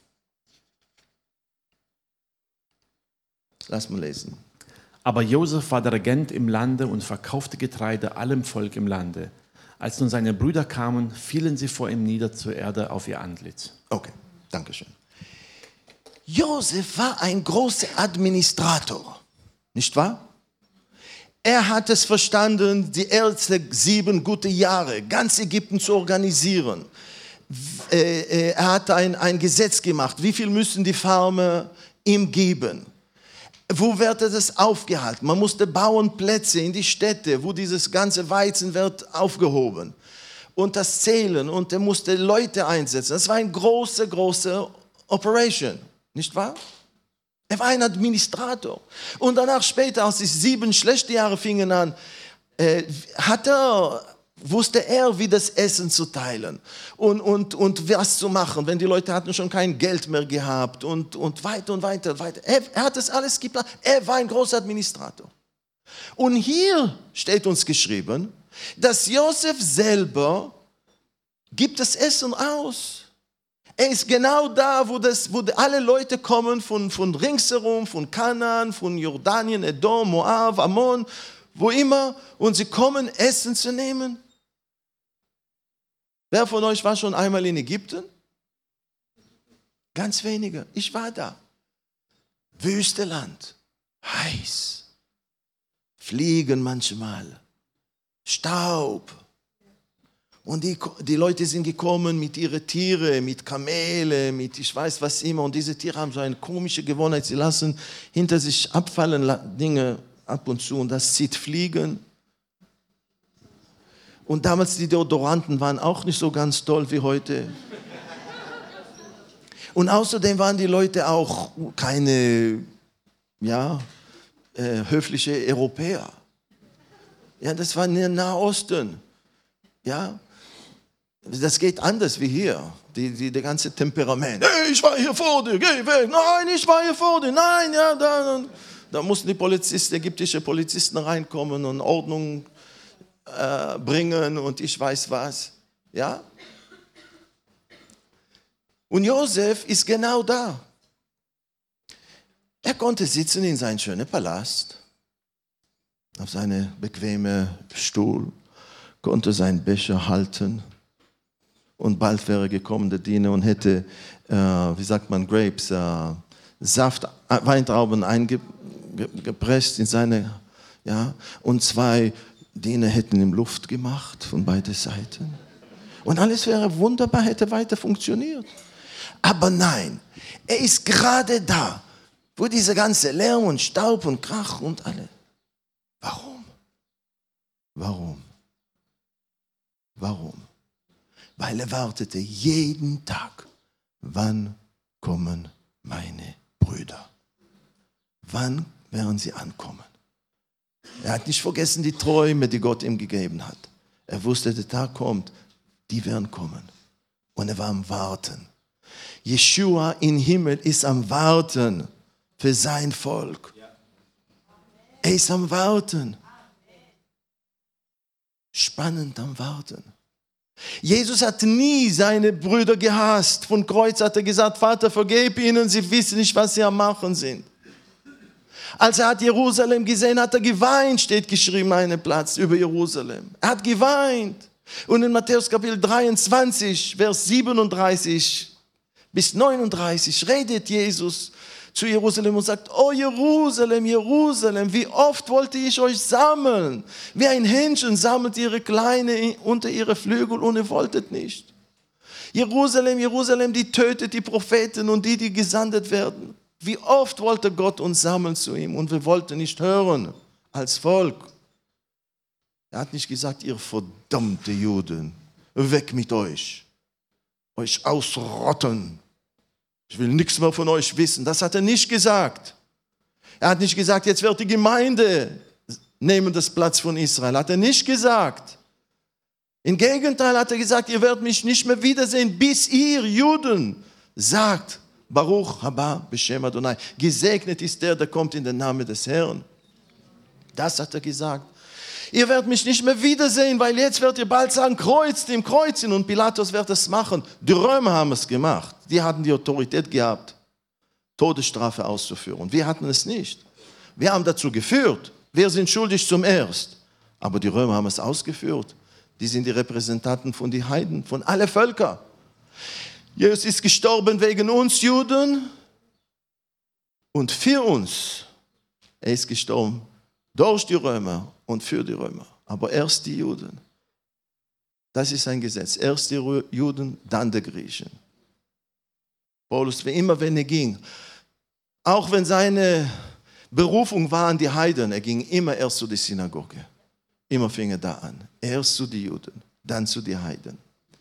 Lass mal lesen. Aber Josef war der Regent im Lande und verkaufte Getreide allem Volk im Lande. Als nun seine Brüder kamen, fielen sie vor ihm nieder zur Erde auf ihr Antlitz. Okay, danke schön. Josef war ein großer Administrator, nicht wahr? Er hat es verstanden, die ersten 7 gute Jahre ganz Ägypten zu organisieren. Er hat ein Gesetz gemacht, wie viel müssen die Farmer ihm geben. Wo wird das aufgehalten? Man musste Bauernplätze in die Städte, wo dieses ganze Weizen wird aufgehoben. Und das Zählen und er musste Leute einsetzen. Das war eine große Operation, nicht wahr? Er war ein Administrator. Und danach später, als die 7 schlechte Jahre fingen an, wusste er, wie das Essen zu teilen und was zu machen, wenn die Leute hatten schon kein Geld mehr gehabt und weiter. Er hat das alles geplant. Er war ein großer Administrator. Und hier steht uns geschrieben, dass Josef selber gibt das Essen aus. Er ist genau da, wo alle Leute kommen von ringsherum, von Kanaan, von Jordanien, Edom, Moab, Ammon, wo immer, und sie kommen, Essen zu nehmen. Wer von euch war schon einmal in Ägypten? Ganz wenige. Ich war da. Wüsteland, heiß, Fliegen manchmal, Staub. Und die Leute sind gekommen mit ihren Tieren, mit Kamele, mit ich weiß was immer. Und diese Tiere haben so eine komische Gewohnheit, sie lassen hinter sich abfallen Dinge ab und zu und das zieht Fliegen. Und damals die Deodoranten waren auch nicht so ganz toll wie heute. Und außerdem waren die Leute auch keine höfliche Europäer. Ja, das war in der Nahosten. Ja, das geht anders wie hier. Der ganze Temperament. Hey, ich war hier vor dir, geh weg. Nein, ich war hier vor dir. Nein, ja, da mussten die ägyptische Polizisten reinkommen und Ordnung bringen und ich weiß was. Ja. Und Josef ist genau da. Er konnte sitzen in seinem schönen Palast, auf seinem bequemen Stuhl, konnte seinen Becher halten und bald wäre gekommen der Diener und hätte, Grapes, Saft, Weintrauben eingepresst in seine, und 2 Diener hätten ihm Luft gemacht von beiden Seiten. Und alles wäre wunderbar, hätte weiter funktioniert. Aber nein, er ist gerade da, wo dieser ganze Lärm und Staub und Krach und alle. Warum? Warum? Warum? Weil er wartete jeden Tag, wann kommen meine Brüder? Wann werden sie ankommen? Er hat nicht vergessen die Träume, die Gott ihm gegeben hat. Er wusste, der Tag kommt, die werden kommen. Und er war am Warten. Jeshua im Himmel ist am Warten für sein Volk. Er ist am Warten. Spannend am Warten. Jesus hat nie seine Brüder gehasst. Von Kreuz hat er gesagt, Vater, vergib ihnen, sie wissen nicht, was sie am Machen sind. Als er hat Jerusalem gesehen, hat er geweint, steht geschrieben an einem Platz über Jerusalem. Er hat geweint. Und in Matthäus Kapitel 23, Vers 37 bis 39 redet Jesus zu Jerusalem und sagt, oh Jerusalem, Jerusalem, wie oft wollte ich euch sammeln? Wie ein Hähnchen sammelt ihre Kleine unter ihre Flügel und ihr wolltet nicht. Jerusalem, Jerusalem, die tötet die Propheten und die gesandt werden. Wie oft wollte Gott uns sammeln zu ihm und wir wollten nicht hören als Volk. Er hat nicht gesagt, ihr verdammte Juden, weg mit euch ausrotten. Ich will nichts mehr von euch wissen. Das hat er nicht gesagt. Er hat nicht gesagt, jetzt wird die Gemeinde nehmen das Platz von Israel. Hat er nicht gesagt. Im Gegenteil hat er gesagt, ihr werdet mich nicht mehr wiedersehen, bis ihr Juden sagt, Baruch haba b'shem Adonai. Gesegnet ist der kommt in den Namen des Herrn. Das hat er gesagt. Ihr werdet mich nicht mehr wiedersehen, weil jetzt werdet ihr bald sagen, kreuzt ihm, kreuzt ihn. Und Pilatus wird es machen. Die Römer haben es gemacht. Die hatten die Autorität gehabt, Todesstrafe auszuführen. Wir hatten es nicht. Wir haben dazu geführt. Wir sind schuldig zum Erst. Aber die Römer haben es ausgeführt. Die sind die Repräsentanten von den Heiden, von allen Völkern. Jesus ist gestorben wegen uns Juden und für uns. Er ist gestorben durch die Römer und für die Römer. Aber erst die Juden. Das ist ein Gesetz. Erst die Juden, dann die Griechen. Paulus, wie immer, wenn er ging, auch wenn seine Berufung war an die Heiden, er ging immer erst zu der Synagoge. Immer fing er da an. Erst zu den Juden, dann zu den Heiden.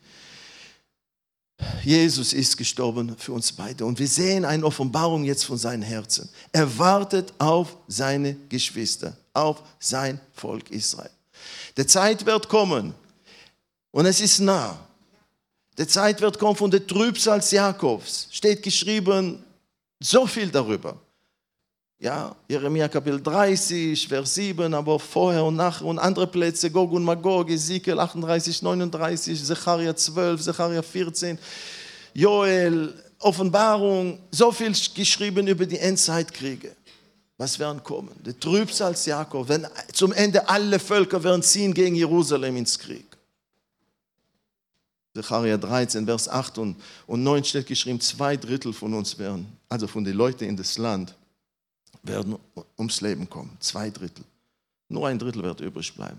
Jesus ist gestorben für uns beide und wir sehen eine Offenbarung jetzt von seinem Herzen. Er wartet auf seine Geschwister, auf sein Volk Israel. Die Zeit wird kommen und es ist nah. Die Zeit wird kommen von der Trübsal Jakobs. Steht geschrieben so viel darüber. Ja, Jeremia Kapitel 30, Vers 7, aber vorher und nachher und andere Plätze, Gog und Magog, Ezekiel 38, 39, Zecharia 12, Zecharia 14, Joel, Offenbarung, so viel geschrieben über die Endzeitkriege. Was werden kommen? Der Trübsal Jakob, wenn zum Ende alle Völker werden ziehen gegen Jerusalem ins Krieg. Sacharja 13, Vers 8 und 9 steht geschrieben, 2/3 von uns werden, also von den Leuten in das Land, werden ums Leben kommen. 2/3. Nur 1/3 wird übrig bleiben.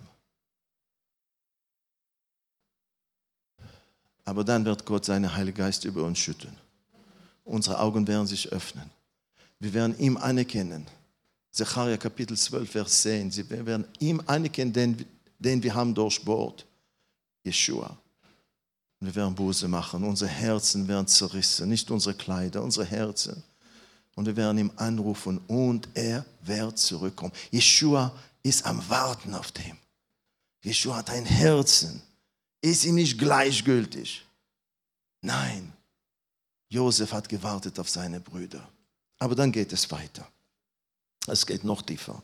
Aber dann wird Gott seinen Heiligen Geist über uns schütten. Unsere Augen werden sich öffnen. Wir werden ihm anerkennen. Sacharja Kapitel 12, Vers 10. Wir werden ihm anerkennen, den wir haben durchbohrt. Jeshua. Wir werden Buße machen. Unsere Herzen werden zerrissen. Nicht unsere Kleider, unsere Herzen. Und wir werden ihm anrufen und er wird zurückkommen. Jeshua ist am Warten auf dem. Jeshua hat ein Herzen. Ist ihm nicht gleichgültig. Nein. Josef hat gewartet auf seine Brüder. Aber dann geht es weiter. Es geht noch tiefer.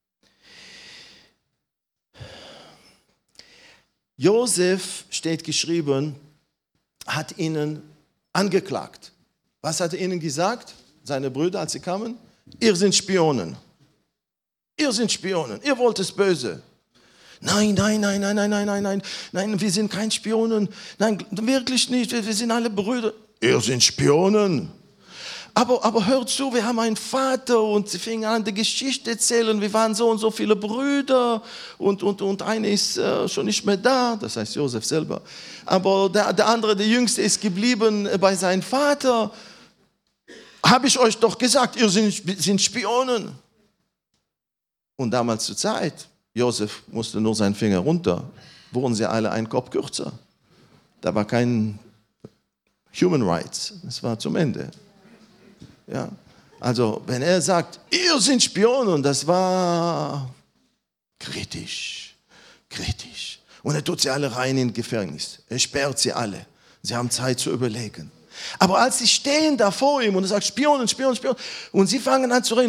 Josef, steht geschrieben, hat ihnen angeklagt. Was hat er ihnen gesagt? Seine Brüder, als sie kamen? Ihr seid Spionen. Ihr seid Spionen. Ihr wollt es böse. Nein, wir sind kein Spionen. Nein, wirklich nicht. Wir sind alle Brüder. Ihr seid Spionen. Aber hört zu, wir haben einen Vater und sie fingen an, die Geschichte erzählen. Wir waren so und so viele Brüder und einer ist schon nicht mehr da, das heißt Josef selber. Aber der andere, der Jüngste, ist geblieben bei seinem Vater. Habe ich euch doch gesagt, ihr sind Spionen. Und damals zur Zeit, Josef musste nur seinen Finger runter, wurden sie alle einen Kopf kürzer. Da war kein Human Rights, das war zum Ende. Ja, also wenn er sagt, ihr seid Spionen, das war kritisch. Und er tut sie alle rein in Gefängnis. Er sperrt sie alle. Sie haben Zeit zu überlegen. Aber als sie stehen da vor ihm und er sagt, Spionen, und sie fangen an zu reden,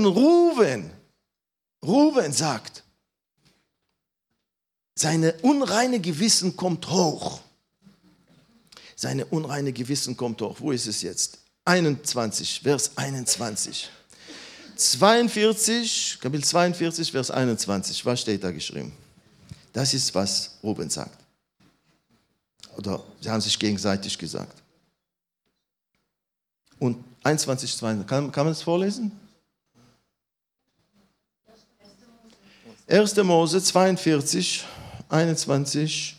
Ruben sagt, seine unreine Gewissen kommt hoch. Seine unreine Gewissen kommt hoch. Wo ist es jetzt? 21, Vers 21. 42, Kapitel 42, Vers 21. Was steht da geschrieben? Das ist, was Ruben sagt. Oder sie haben sich gegenseitig gesagt. Und 21, 22. Kann man das vorlesen? 1. Mose 42, 21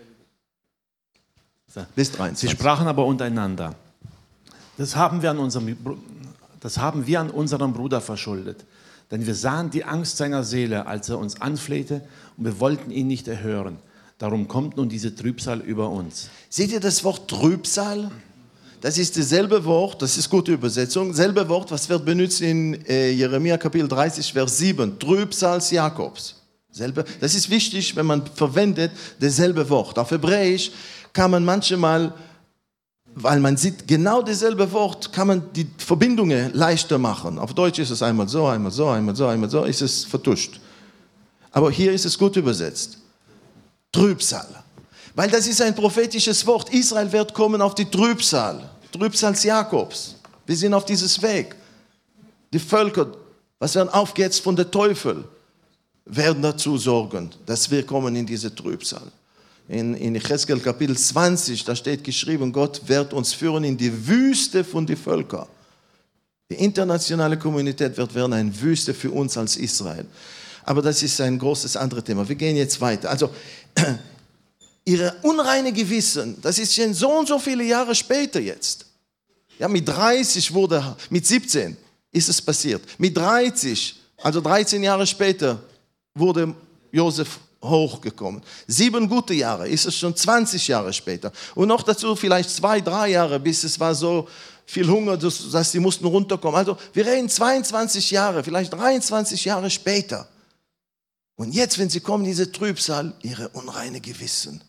bis 23. Sie sprachen aber untereinander. Das haben wir an unserem Bruder verschuldet. Denn wir sahen die Angst seiner Seele, als er uns anflehte, und wir wollten ihn nicht erhören. Darum kommt nun diese Trübsal über uns. Seht ihr das Wort Trübsal? Das ist dasselbe Wort, das ist gute Übersetzung, dasselbe Wort, was wird benutzt in Jeremia Kapitel 30, Vers 7. Trübsals Jakobs. Das ist wichtig, wenn man verwendet dasselbe Wort. Auf Hebräisch kann man manchmal, weil man sieht genau dasselbe Wort, kann man die Verbindungen leichter machen. Auf Deutsch ist es einmal so, ist es vertuscht. Aber hier ist es gut übersetzt. Trübsal. Weil das ist ein prophetisches Wort. Israel wird kommen auf die Trübsal. Trübsals Jakobs. Wir sind auf dieses Weg. Die Völker, was werden aufgehetzt von der Teufel, werden dazu sorgen, dass wir kommen in diese Trübsal. In Ezechiel Kapitel 20, da steht geschrieben, Gott wird uns führen in die Wüste von den Völkern. Die internationale Kommunität wird werden eine Wüste für uns als Israel. Aber das ist ein großes anderes Thema. Wir gehen jetzt weiter. Also, ihre unreine Gewissen, das ist schon so und so viele Jahre später jetzt. Ja, mit 17 ist es passiert. Mit 30, also 13 Jahre später, wurde Josef hochgekommen. 7 gute Jahre, ist es schon 20 Jahre später. Und noch dazu vielleicht 2, 3 Jahre, bis es war so viel Hunger, dass sie mussten runterkommen. Also wir reden 22 Jahre, vielleicht 23 Jahre später. Und jetzt, wenn sie kommen, diese Trübsal, ihre unreine Gewissen.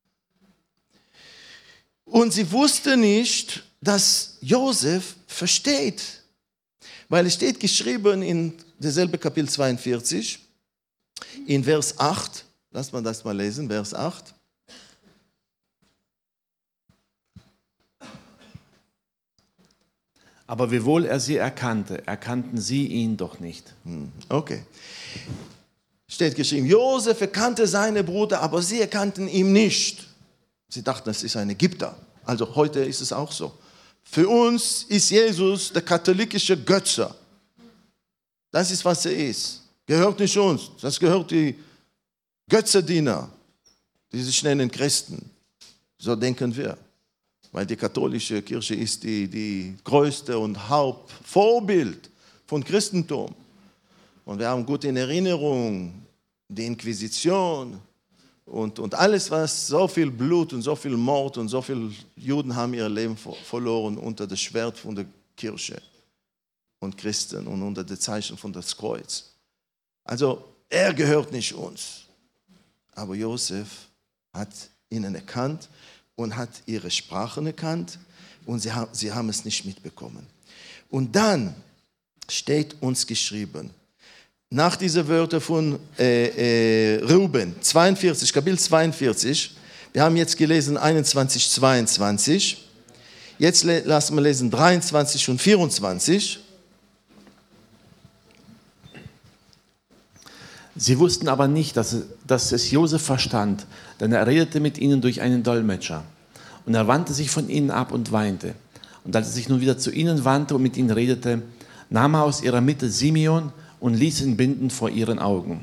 Und sie wusste nicht, dass Josef versteht. Weil es steht geschrieben in derselbe Kapitel 42, in Vers 8, lass mal das mal lesen, Vers 8. Aber wiewohl er sie erkannte, erkannten sie ihn doch nicht. Okay. Steht geschrieben, Josef erkannte seine Brüder, aber sie erkannten ihn nicht. Sie dachten, es ist ein Ägypter. Also heute ist es auch so. Für uns ist Jesus der katholische Götze. Das ist, was er ist. Gehört nicht uns. Das gehört die Götzediener, die sich nennen Christen. So denken wir. Weil die katholische Kirche ist die größte und Hauptvorbild von Christentum. Und wir haben gut in Erinnerung die Inquisition und alles, was so viel Blut und so viel Mord und so viele Juden haben ihr Leben verloren unter das Schwert von der Kirche und Christen und unter dem Zeichen von das Kreuz. Also er gehört nicht uns. Aber Josef hat ihnen erkannt und hat ihre Sprachen erkannt und sie haben es nicht mitbekommen. Und dann steht uns geschrieben, nach diesen Wörtern von Reuben, 42, Kapitel 42, wir haben jetzt gelesen 21, 22, jetzt lassen wir lesen 23 und 24. Sie wussten aber nicht, dass es Josef verstand, denn er redete mit ihnen durch einen Dolmetscher. Und er wandte sich von ihnen ab und weinte. Und als er sich nun wieder zu ihnen wandte und mit ihnen redete, nahm er aus ihrer Mitte Simeon und ließ ihn binden vor ihren Augen.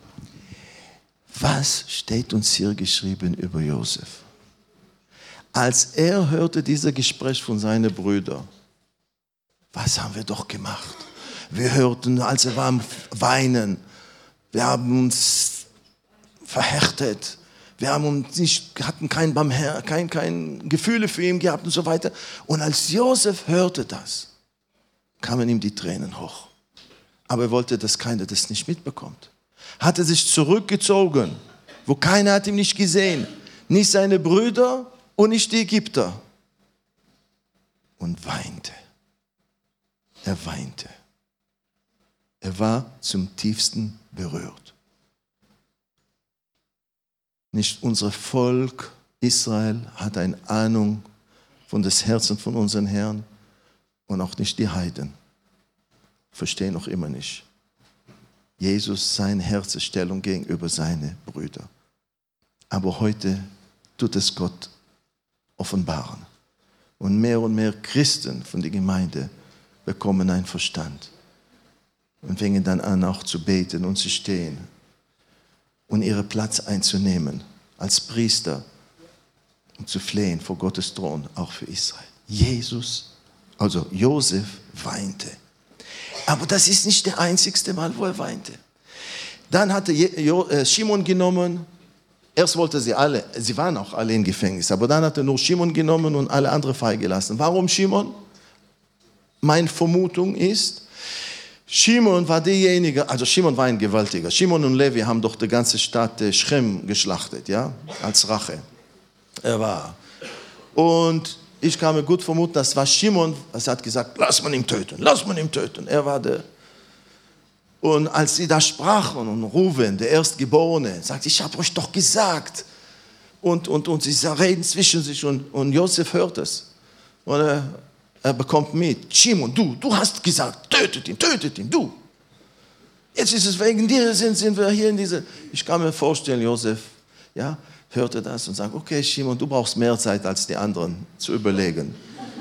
Was steht uns hier geschrieben über Josef? Als er hörte dieses Gespräch von seinen Brüdern, was haben wir doch gemacht? Wir hörten, als er war am Weinen, wir haben uns verhärtet, wir hatten kein Gefühle für ihn gehabt und so weiter. Und als Josef hörte das, kamen ihm die Tränen hoch. Aber er wollte, dass keiner das nicht mitbekommt. Hat er sich zurückgezogen, wo keiner hat ihn nicht gesehen. Nicht seine Brüder und nicht die Ägypter. Und weinte. Er weinte. Er war zum tiefsten berührt. Nicht unser Volk Israel hat eine Ahnung von des Herzens von unserem Herrn und auch nicht die Heiden. Verstehen noch immer nicht. Jesus, seine Herzensstellung gegenüber seinen Brüdern. Aber heute tut es Gott offenbaren. Und mehr Christen von der Gemeinde bekommen einen Verstand und fängen dann an, auch zu beten und zu stehen und ihren Platz einzunehmen als Priester und zu flehen vor Gottes Thron, auch für Israel. Josef weinte. Aber das ist nicht der einzigste Mal, wo er weinte. Dann hatte Shimon genommen, erst wollte sie waren auch alle im Gefängnis, aber dann hat er nur Shimon genommen und alle anderen freigelassen. Warum Shimon? Meine Vermutung ist, Shimon war derjenige, also Shimon war ein Gewaltiger. Shimon und Levi haben doch die ganze Stadt Schem geschlachtet, ja, als Rache. Und ich kann mir gut vermuten, das war Shimon, er hat gesagt, lass man ihn töten. Er war der. Und als sie da sprachen und Ruven, der Erstgeborene, sagt, ich habe euch doch gesagt. Und sie reden zwischen sich und Josef hört es. Und er bekommt mit, Shimon, du hast gesagt, tötet ihn, du. Jetzt ist es wegen dir, sind wir hier in diese. Ich kann mir vorstellen, Josef, ja, hörte das und sagt, okay, Shimon, du brauchst mehr Zeit als die anderen zu überlegen.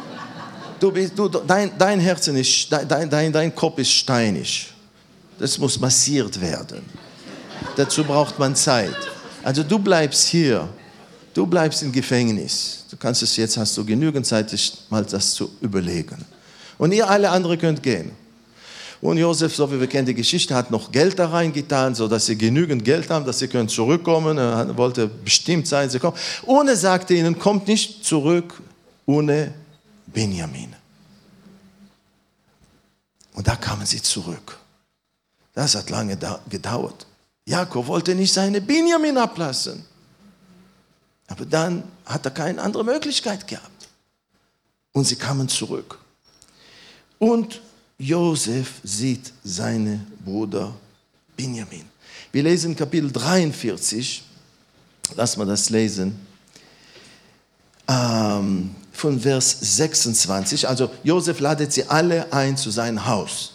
Dein Herzen ist, dein Kopf ist steinig. Das muss massiert werden. Dazu braucht man Zeit. Also du bleibst hier. Du bleibst im Gefängnis. Du kannst es jetzt, hast du genügend Zeit, mal das zu überlegen. Und ihr alle anderen könnt gehen. Und Josef, so wie wir kennen die Geschichte, hat noch Geld da reingetan, sodass sie genügend Geld haben, dass sie können zurückkommen. Er wollte bestimmt sein, sie kommen. Und er sagte ihnen, kommt nicht zurück ohne Benjamin. Und da kamen sie zurück. Das hat lange gedauert. Jakob wollte nicht seine Benjamin ablassen. Aber dann hat er keine andere Möglichkeit gehabt. Und sie kamen zurück. Und Josef sieht seinen Bruder Benjamin. Wir lesen Kapitel 43. Lass mal das lesen. Von Vers 26. Also Josef ladet sie alle ein zu seinem Haus.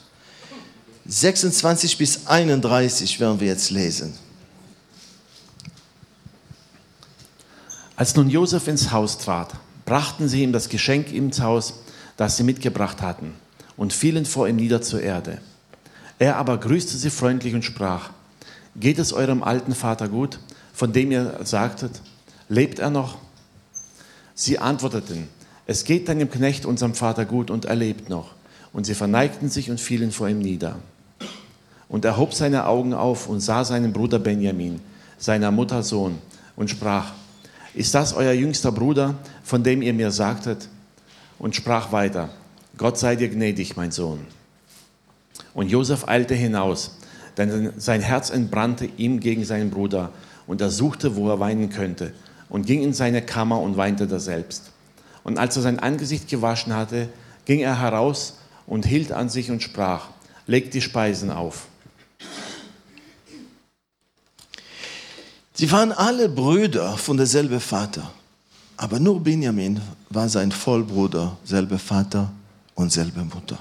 26 bis 31 werden wir jetzt lesen. Als nun Josef ins Haus trat, brachten sie ihm das Geschenk ins Haus, das sie mitgebracht hatten, und fielen vor ihm nieder zur Erde. Er aber grüßte sie freundlich und sprach: Geht es eurem alten Vater gut, von dem ihr sagtet, lebt er noch? Sie antworteten: Es geht deinem Knecht, unserem Vater, gut, und er lebt noch. Und sie verneigten sich und fielen vor ihm nieder. Und er hob seine Augen auf und sah seinen Bruder Benjamin, seiner Mutter Sohn, und sprach: Ist das euer jüngster Bruder, von dem ihr mir sagtet? Und sprach weiter: Gott sei dir gnädig, mein Sohn. Und Josef eilte hinaus, denn sein Herz entbrannte ihm gegen seinen Bruder, und er suchte, wo er weinen könnte, und ging in seine Kammer und weinte daselbst. Und als er sein Angesicht gewaschen hatte, ging er heraus und hielt an sich und sprach: Legt die Speisen auf. Sie waren alle Brüder von derselben Vater, aber nur Benjamin war sein Vollbruder, selber Vater und selbe Mutter.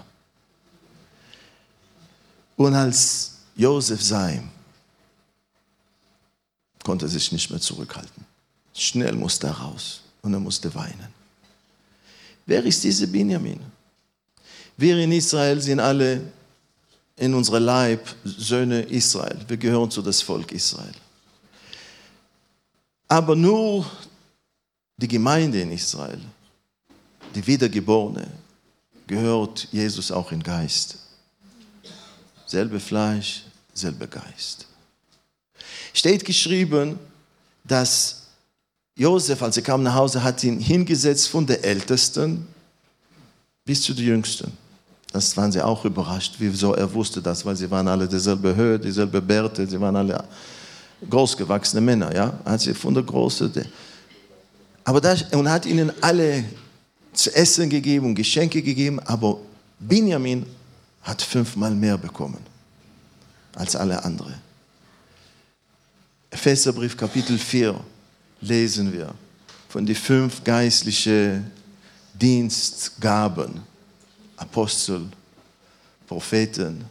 Und als Josef sah ihn, konnte er sich nicht mehr zurückhalten. Schnell musste er raus und er musste weinen. Wer ist dieser Benjamin? Wir in Israel sind alle in unserem Leib Söhne Israel. Wir gehören zu das Volk Israel. Aber nur die Gemeinde in Israel, die Wiedergeborene, gehört Jesus auch in Geist. Selbe Fleisch, selber Geist. Steht geschrieben, dass Josef, als er kam nach Hause, hat ihn hingesetzt von der Ältesten bis zu den Jüngsten. Das waren sie auch überrascht, wieso er wusste das, weil sie waren alle dieselbe Höhe, dieselbe Bärte, sie waren alle großgewachsene Männer, ja, hat sie von der Große, und hat ihnen alle zu essen gegeben und Geschenke gegeben, aber Benjamin hat 5-mal mehr bekommen als alle anderen. Epheserbrief Kapitel 4 lesen wir von den 5 geistlichen Dienstgaben: Apostel, Propheten,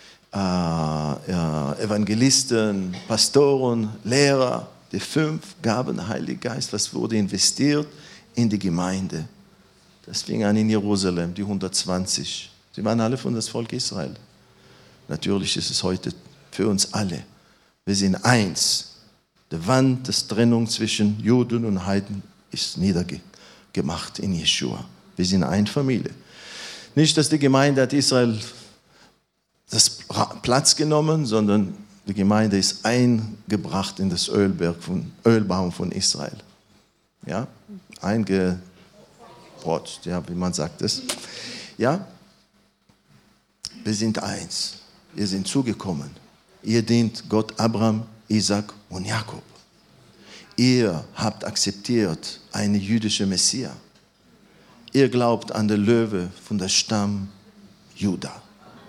Evangelisten, Pastoren, Lehrer, die 5 Gaben Heiligen Geist, was wurde investiert in die Gemeinde. Das fing an in Jerusalem, die 120. Sie waren alle von das Volk Israel. Natürlich ist es heute für uns alle. Wir sind eins. Die Wand der Trennung zwischen Juden und Heiden ist niedergemacht in Jeschua. Wir sind eine Familie. Nicht, dass die Gemeinde hat Israel das Platz genommen, sondern die Gemeinde ist eingebracht in das Ölbaum von Israel. Ja, eingebrotzt, ja, wie man sagt es. Ja, wir sind eins. Wir sind zugekommen. Ihr dient Gott Abraham, Isaac und Jakob. Ihr habt akzeptiert eine jüdische Messias. Ihr glaubt an den Löwe von der Stamm Juda.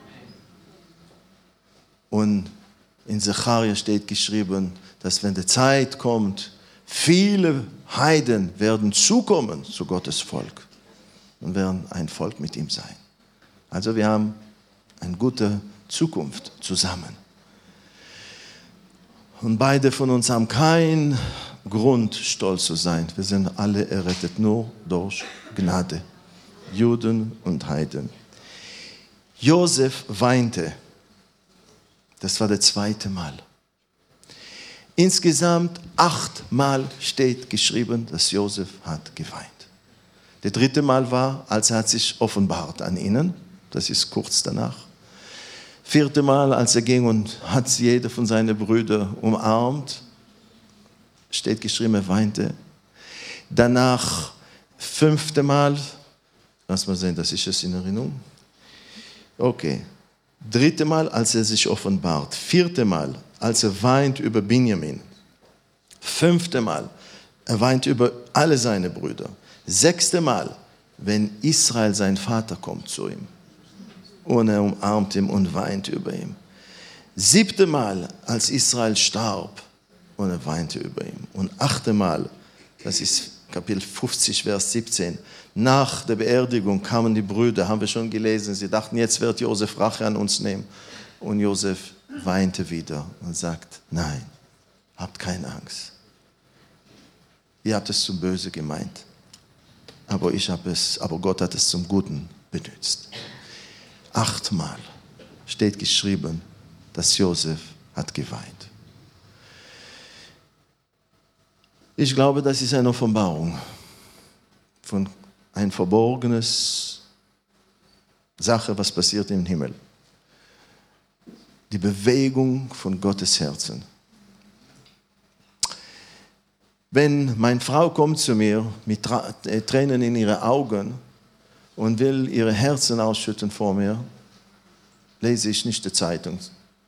Und in Zecharia steht geschrieben, dass wenn die Zeit kommt, viele Heiden werden zukommen zu Gottes Volk und werden ein Volk mit ihm sein. Also wir haben eine gute Zukunft zusammen. Und beide von uns haben keinen Grund, stolz zu sein. Wir sind alle errettet nur durch Gnade. Juden und Heiden. Josef weinte. Das war das 2. Mal. Insgesamt 8 Mal steht geschrieben, dass Josef hat geweint. Das 3. Mal war, als er sich offenbart an ihnen. Das ist kurz danach. 4. Mal, als er ging und hat jeder von seinen Brüdern umarmt, steht geschrieben, er weinte. Danach 5. Mal, lass mal sehen, das ist es in Erinnerung. Okay. 3. Mal, als er sich offenbart. 4. Mal, als er weint über Benjamin. 5. Mal, er weint über alle seine Brüder. 6. Mal, wenn Israel, sein Vater, kommt zu ihm. Und er umarmt ihn und weint über ihn. 7. Mal, als Israel starb, und er weinte über ihn. Und 8. Mal, das ist Kapitel 50, Vers 17, nach der Beerdigung kamen die Brüder, haben wir schon gelesen, sie dachten, jetzt wird Josef Rache an uns nehmen. Und Josef weinte wieder und sagt, nein, habt keine Angst. ihr habt es zum Böse gemeint. Aber Gott hat es zum Guten benutzt. 8-mal steht geschrieben, dass Josef hat geweint. Ich glaube, das ist eine Offenbarung von ein verborgenes Sache, was passiert im Himmel. Die Bewegung von Gottes Herzen. Wenn meine Frau kommt zu mir mit Tränen in ihre Augen und will ihre Herzen ausschütten vor mir, lese ich nicht die Zeitung.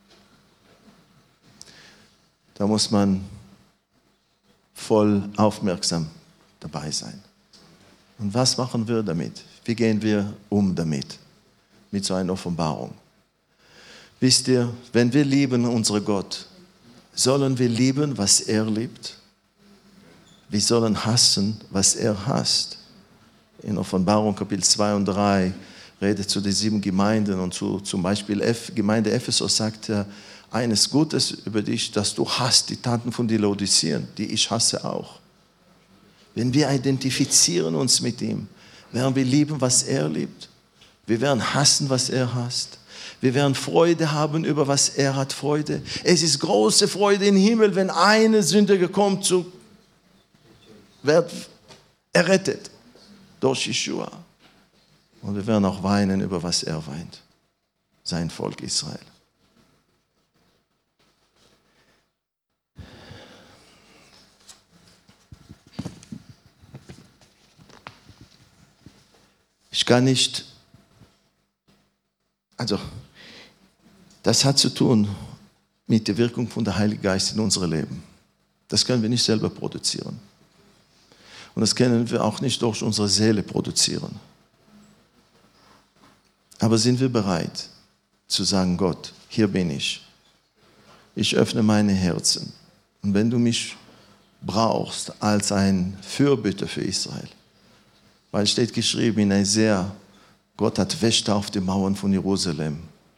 Da muss man voll aufmerksam dabei sein. Und was machen wir damit? Wie gehen wir um damit? Mit so einer Offenbarung. Wisst ihr, wenn wir lieben unseren Gott, sollen wir lieben, was er liebt? Wir sollen hassen, was er hasst. In Offenbarung Kapitel 2 und 3 redet zu den 7 Gemeinden und zum Beispiel Gemeinde Ephesus sagt er eines Gutes über dich, dass du hasst die Taten von den Laodiceen, die ich hasse auch. Wenn wir identifizieren uns mit ihm, werden wir lieben, was er liebt. Wir werden hassen, was er hasst. Wir werden Freude haben über was er hat Freude. Es ist große Freude im Himmel, wenn eine Sündige kommt, wird errettet durch Jeshua. Und wir werden auch weinen über was er weint. Sein Volk Israel. Ich kann nicht, das hat zu tun mit der Wirkung von der Heilige Geist in unserem Leben. Das können wir nicht selber produzieren. Und das können wir auch nicht durch unsere Seele produzieren. Aber sind wir bereit zu sagen, Gott, hier bin ich. Ich öffne meine Herzen. Und wenn du mich brauchst als ein Fürbitter für Israel, weil es steht geschrieben in Isaiah, Gott hat Wächter auf den Mauern von Jerusalem,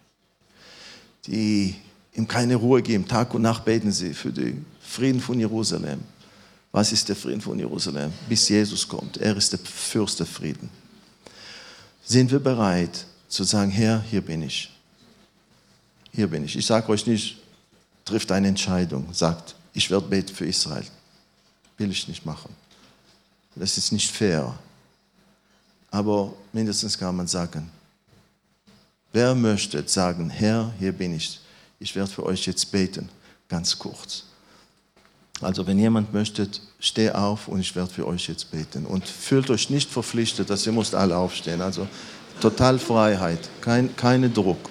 die ihm keine Ruhe geben. Tag und Nacht beten sie für den Frieden von Jerusalem. Was ist der Frieden von Jerusalem? Bis Jesus kommt. Er ist der Fürst der Frieden. Sind wir bereit zu sagen, Herr, hier bin ich. Hier bin ich. Ich sage euch nicht, trifft eine Entscheidung, sagt, ich werde beten für Israel. Will ich nicht machen. Das ist nicht fair. Aber mindestens kann man sagen, wer möchte sagen, Herr, hier bin ich. Ich werde für euch jetzt beten, ganz kurz. Also wenn jemand möchte, steh auf und ich werde für euch jetzt beten. Und fühlt euch nicht verpflichtet, dass ihr müsst alle aufstehen. Also total Freiheit, keine Druck.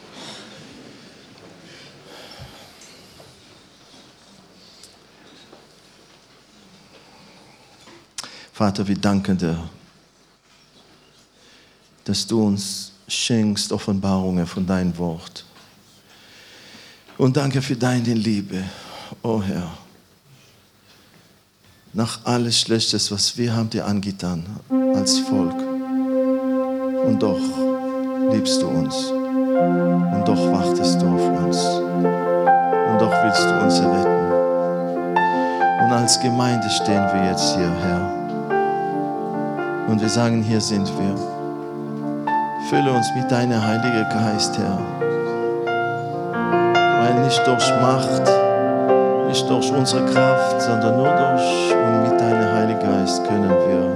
Vater, wir danken dir, dass du uns schenkst Offenbarungen von deinem Wort. Und danke für deine Liebe, oh Herr. Nach alles Schlechtes, was wir haben dir angetan als Volk. Und doch liebst du uns. Und doch wartest du auf uns. Und doch willst du uns erretten. Und als Gemeinde stehen wir jetzt hier, Herr. Und wir sagen, hier sind wir. Fülle uns mit deinem Heiligen Geist, Herr. Weil nicht durch Macht, nicht durch unsere Kraft, sondern nur durch und mit deinem Heiligen Geist können wir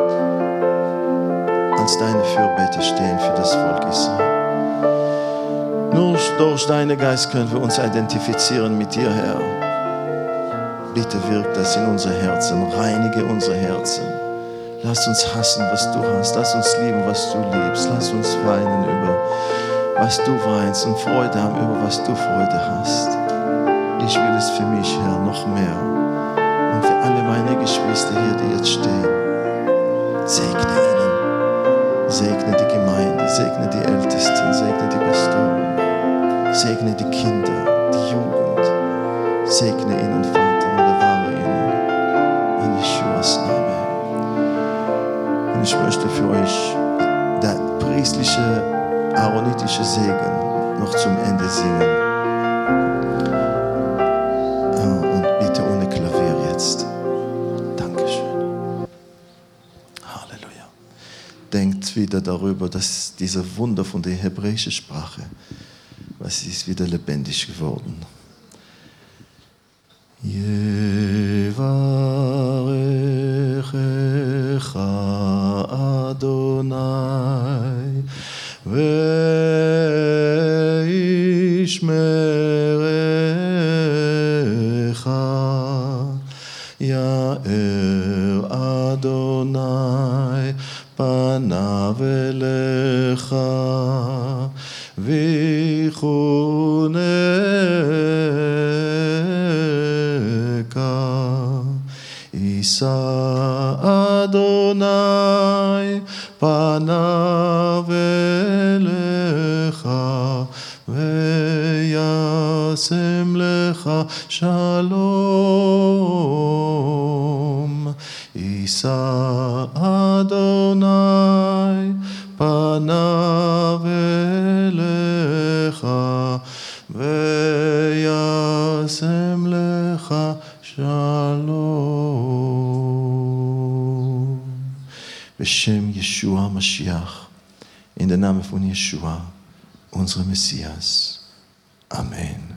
als deine Fürbitter stehen für das Volk Israel. Nur durch deinen Geist können wir uns identifizieren mit dir, Herr. Bitte wirk das in unser Herzen, reinige unsere Herzen. Lass uns hassen, was du hast. Lass uns lieben, was du liebst. Lass uns weinen über, was du weinst und Freude haben über, was du Freude hast. Ich will es für mich, Herr, noch mehr. Und für alle meine Geschwister hier, die jetzt stehen. Segne ihnen. Segne die Gemeinde. Segne die Ältesten. Segne die Pastoren. Segne die Kinder, die Jugend. Segne ihnen, Vater, und bewahre ihnen. In Jeschuas Namen. Und ich möchte für euch der priestliche, aaronitische Segen noch zum Ende singen. Und bitte ohne Klavier jetzt. Dankeschön. wieder darüber, dass diese Wunder von der hebräischen Sprache, was ist wieder lebendig geworden. Yevarechecha Adonai ve'ishmerecha Ya'er Adonai panav elecha vichuneka Isa Adonai panav elecha veyasem lecha shalom Isa Adonai panav elecha veyasem lecha shalom. Beshem Yeshua Mashiach, in der Name von Yeshua, unser Messias. Amen.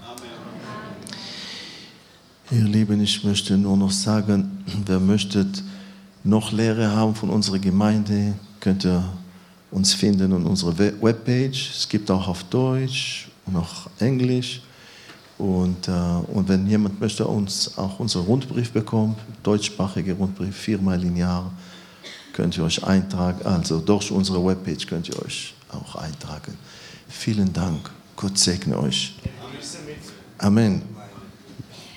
Ihr Lieben, ich möchte nur noch sagen, wer möchte noch Lehre haben von unserer Gemeinde, könnt ihr uns finden in unserer Webpage. Es gibt auch auf Deutsch und auch Englisch. Und wenn jemand möchte uns auch unseren Rundbrief bekommen, deutschsprachige Rundbrief, 4-mal im Jahr, könnt ihr euch eintragen. Also durch unsere Webpage könnt ihr euch auch eintragen. Vielen Dank. Gott segne euch. Amen.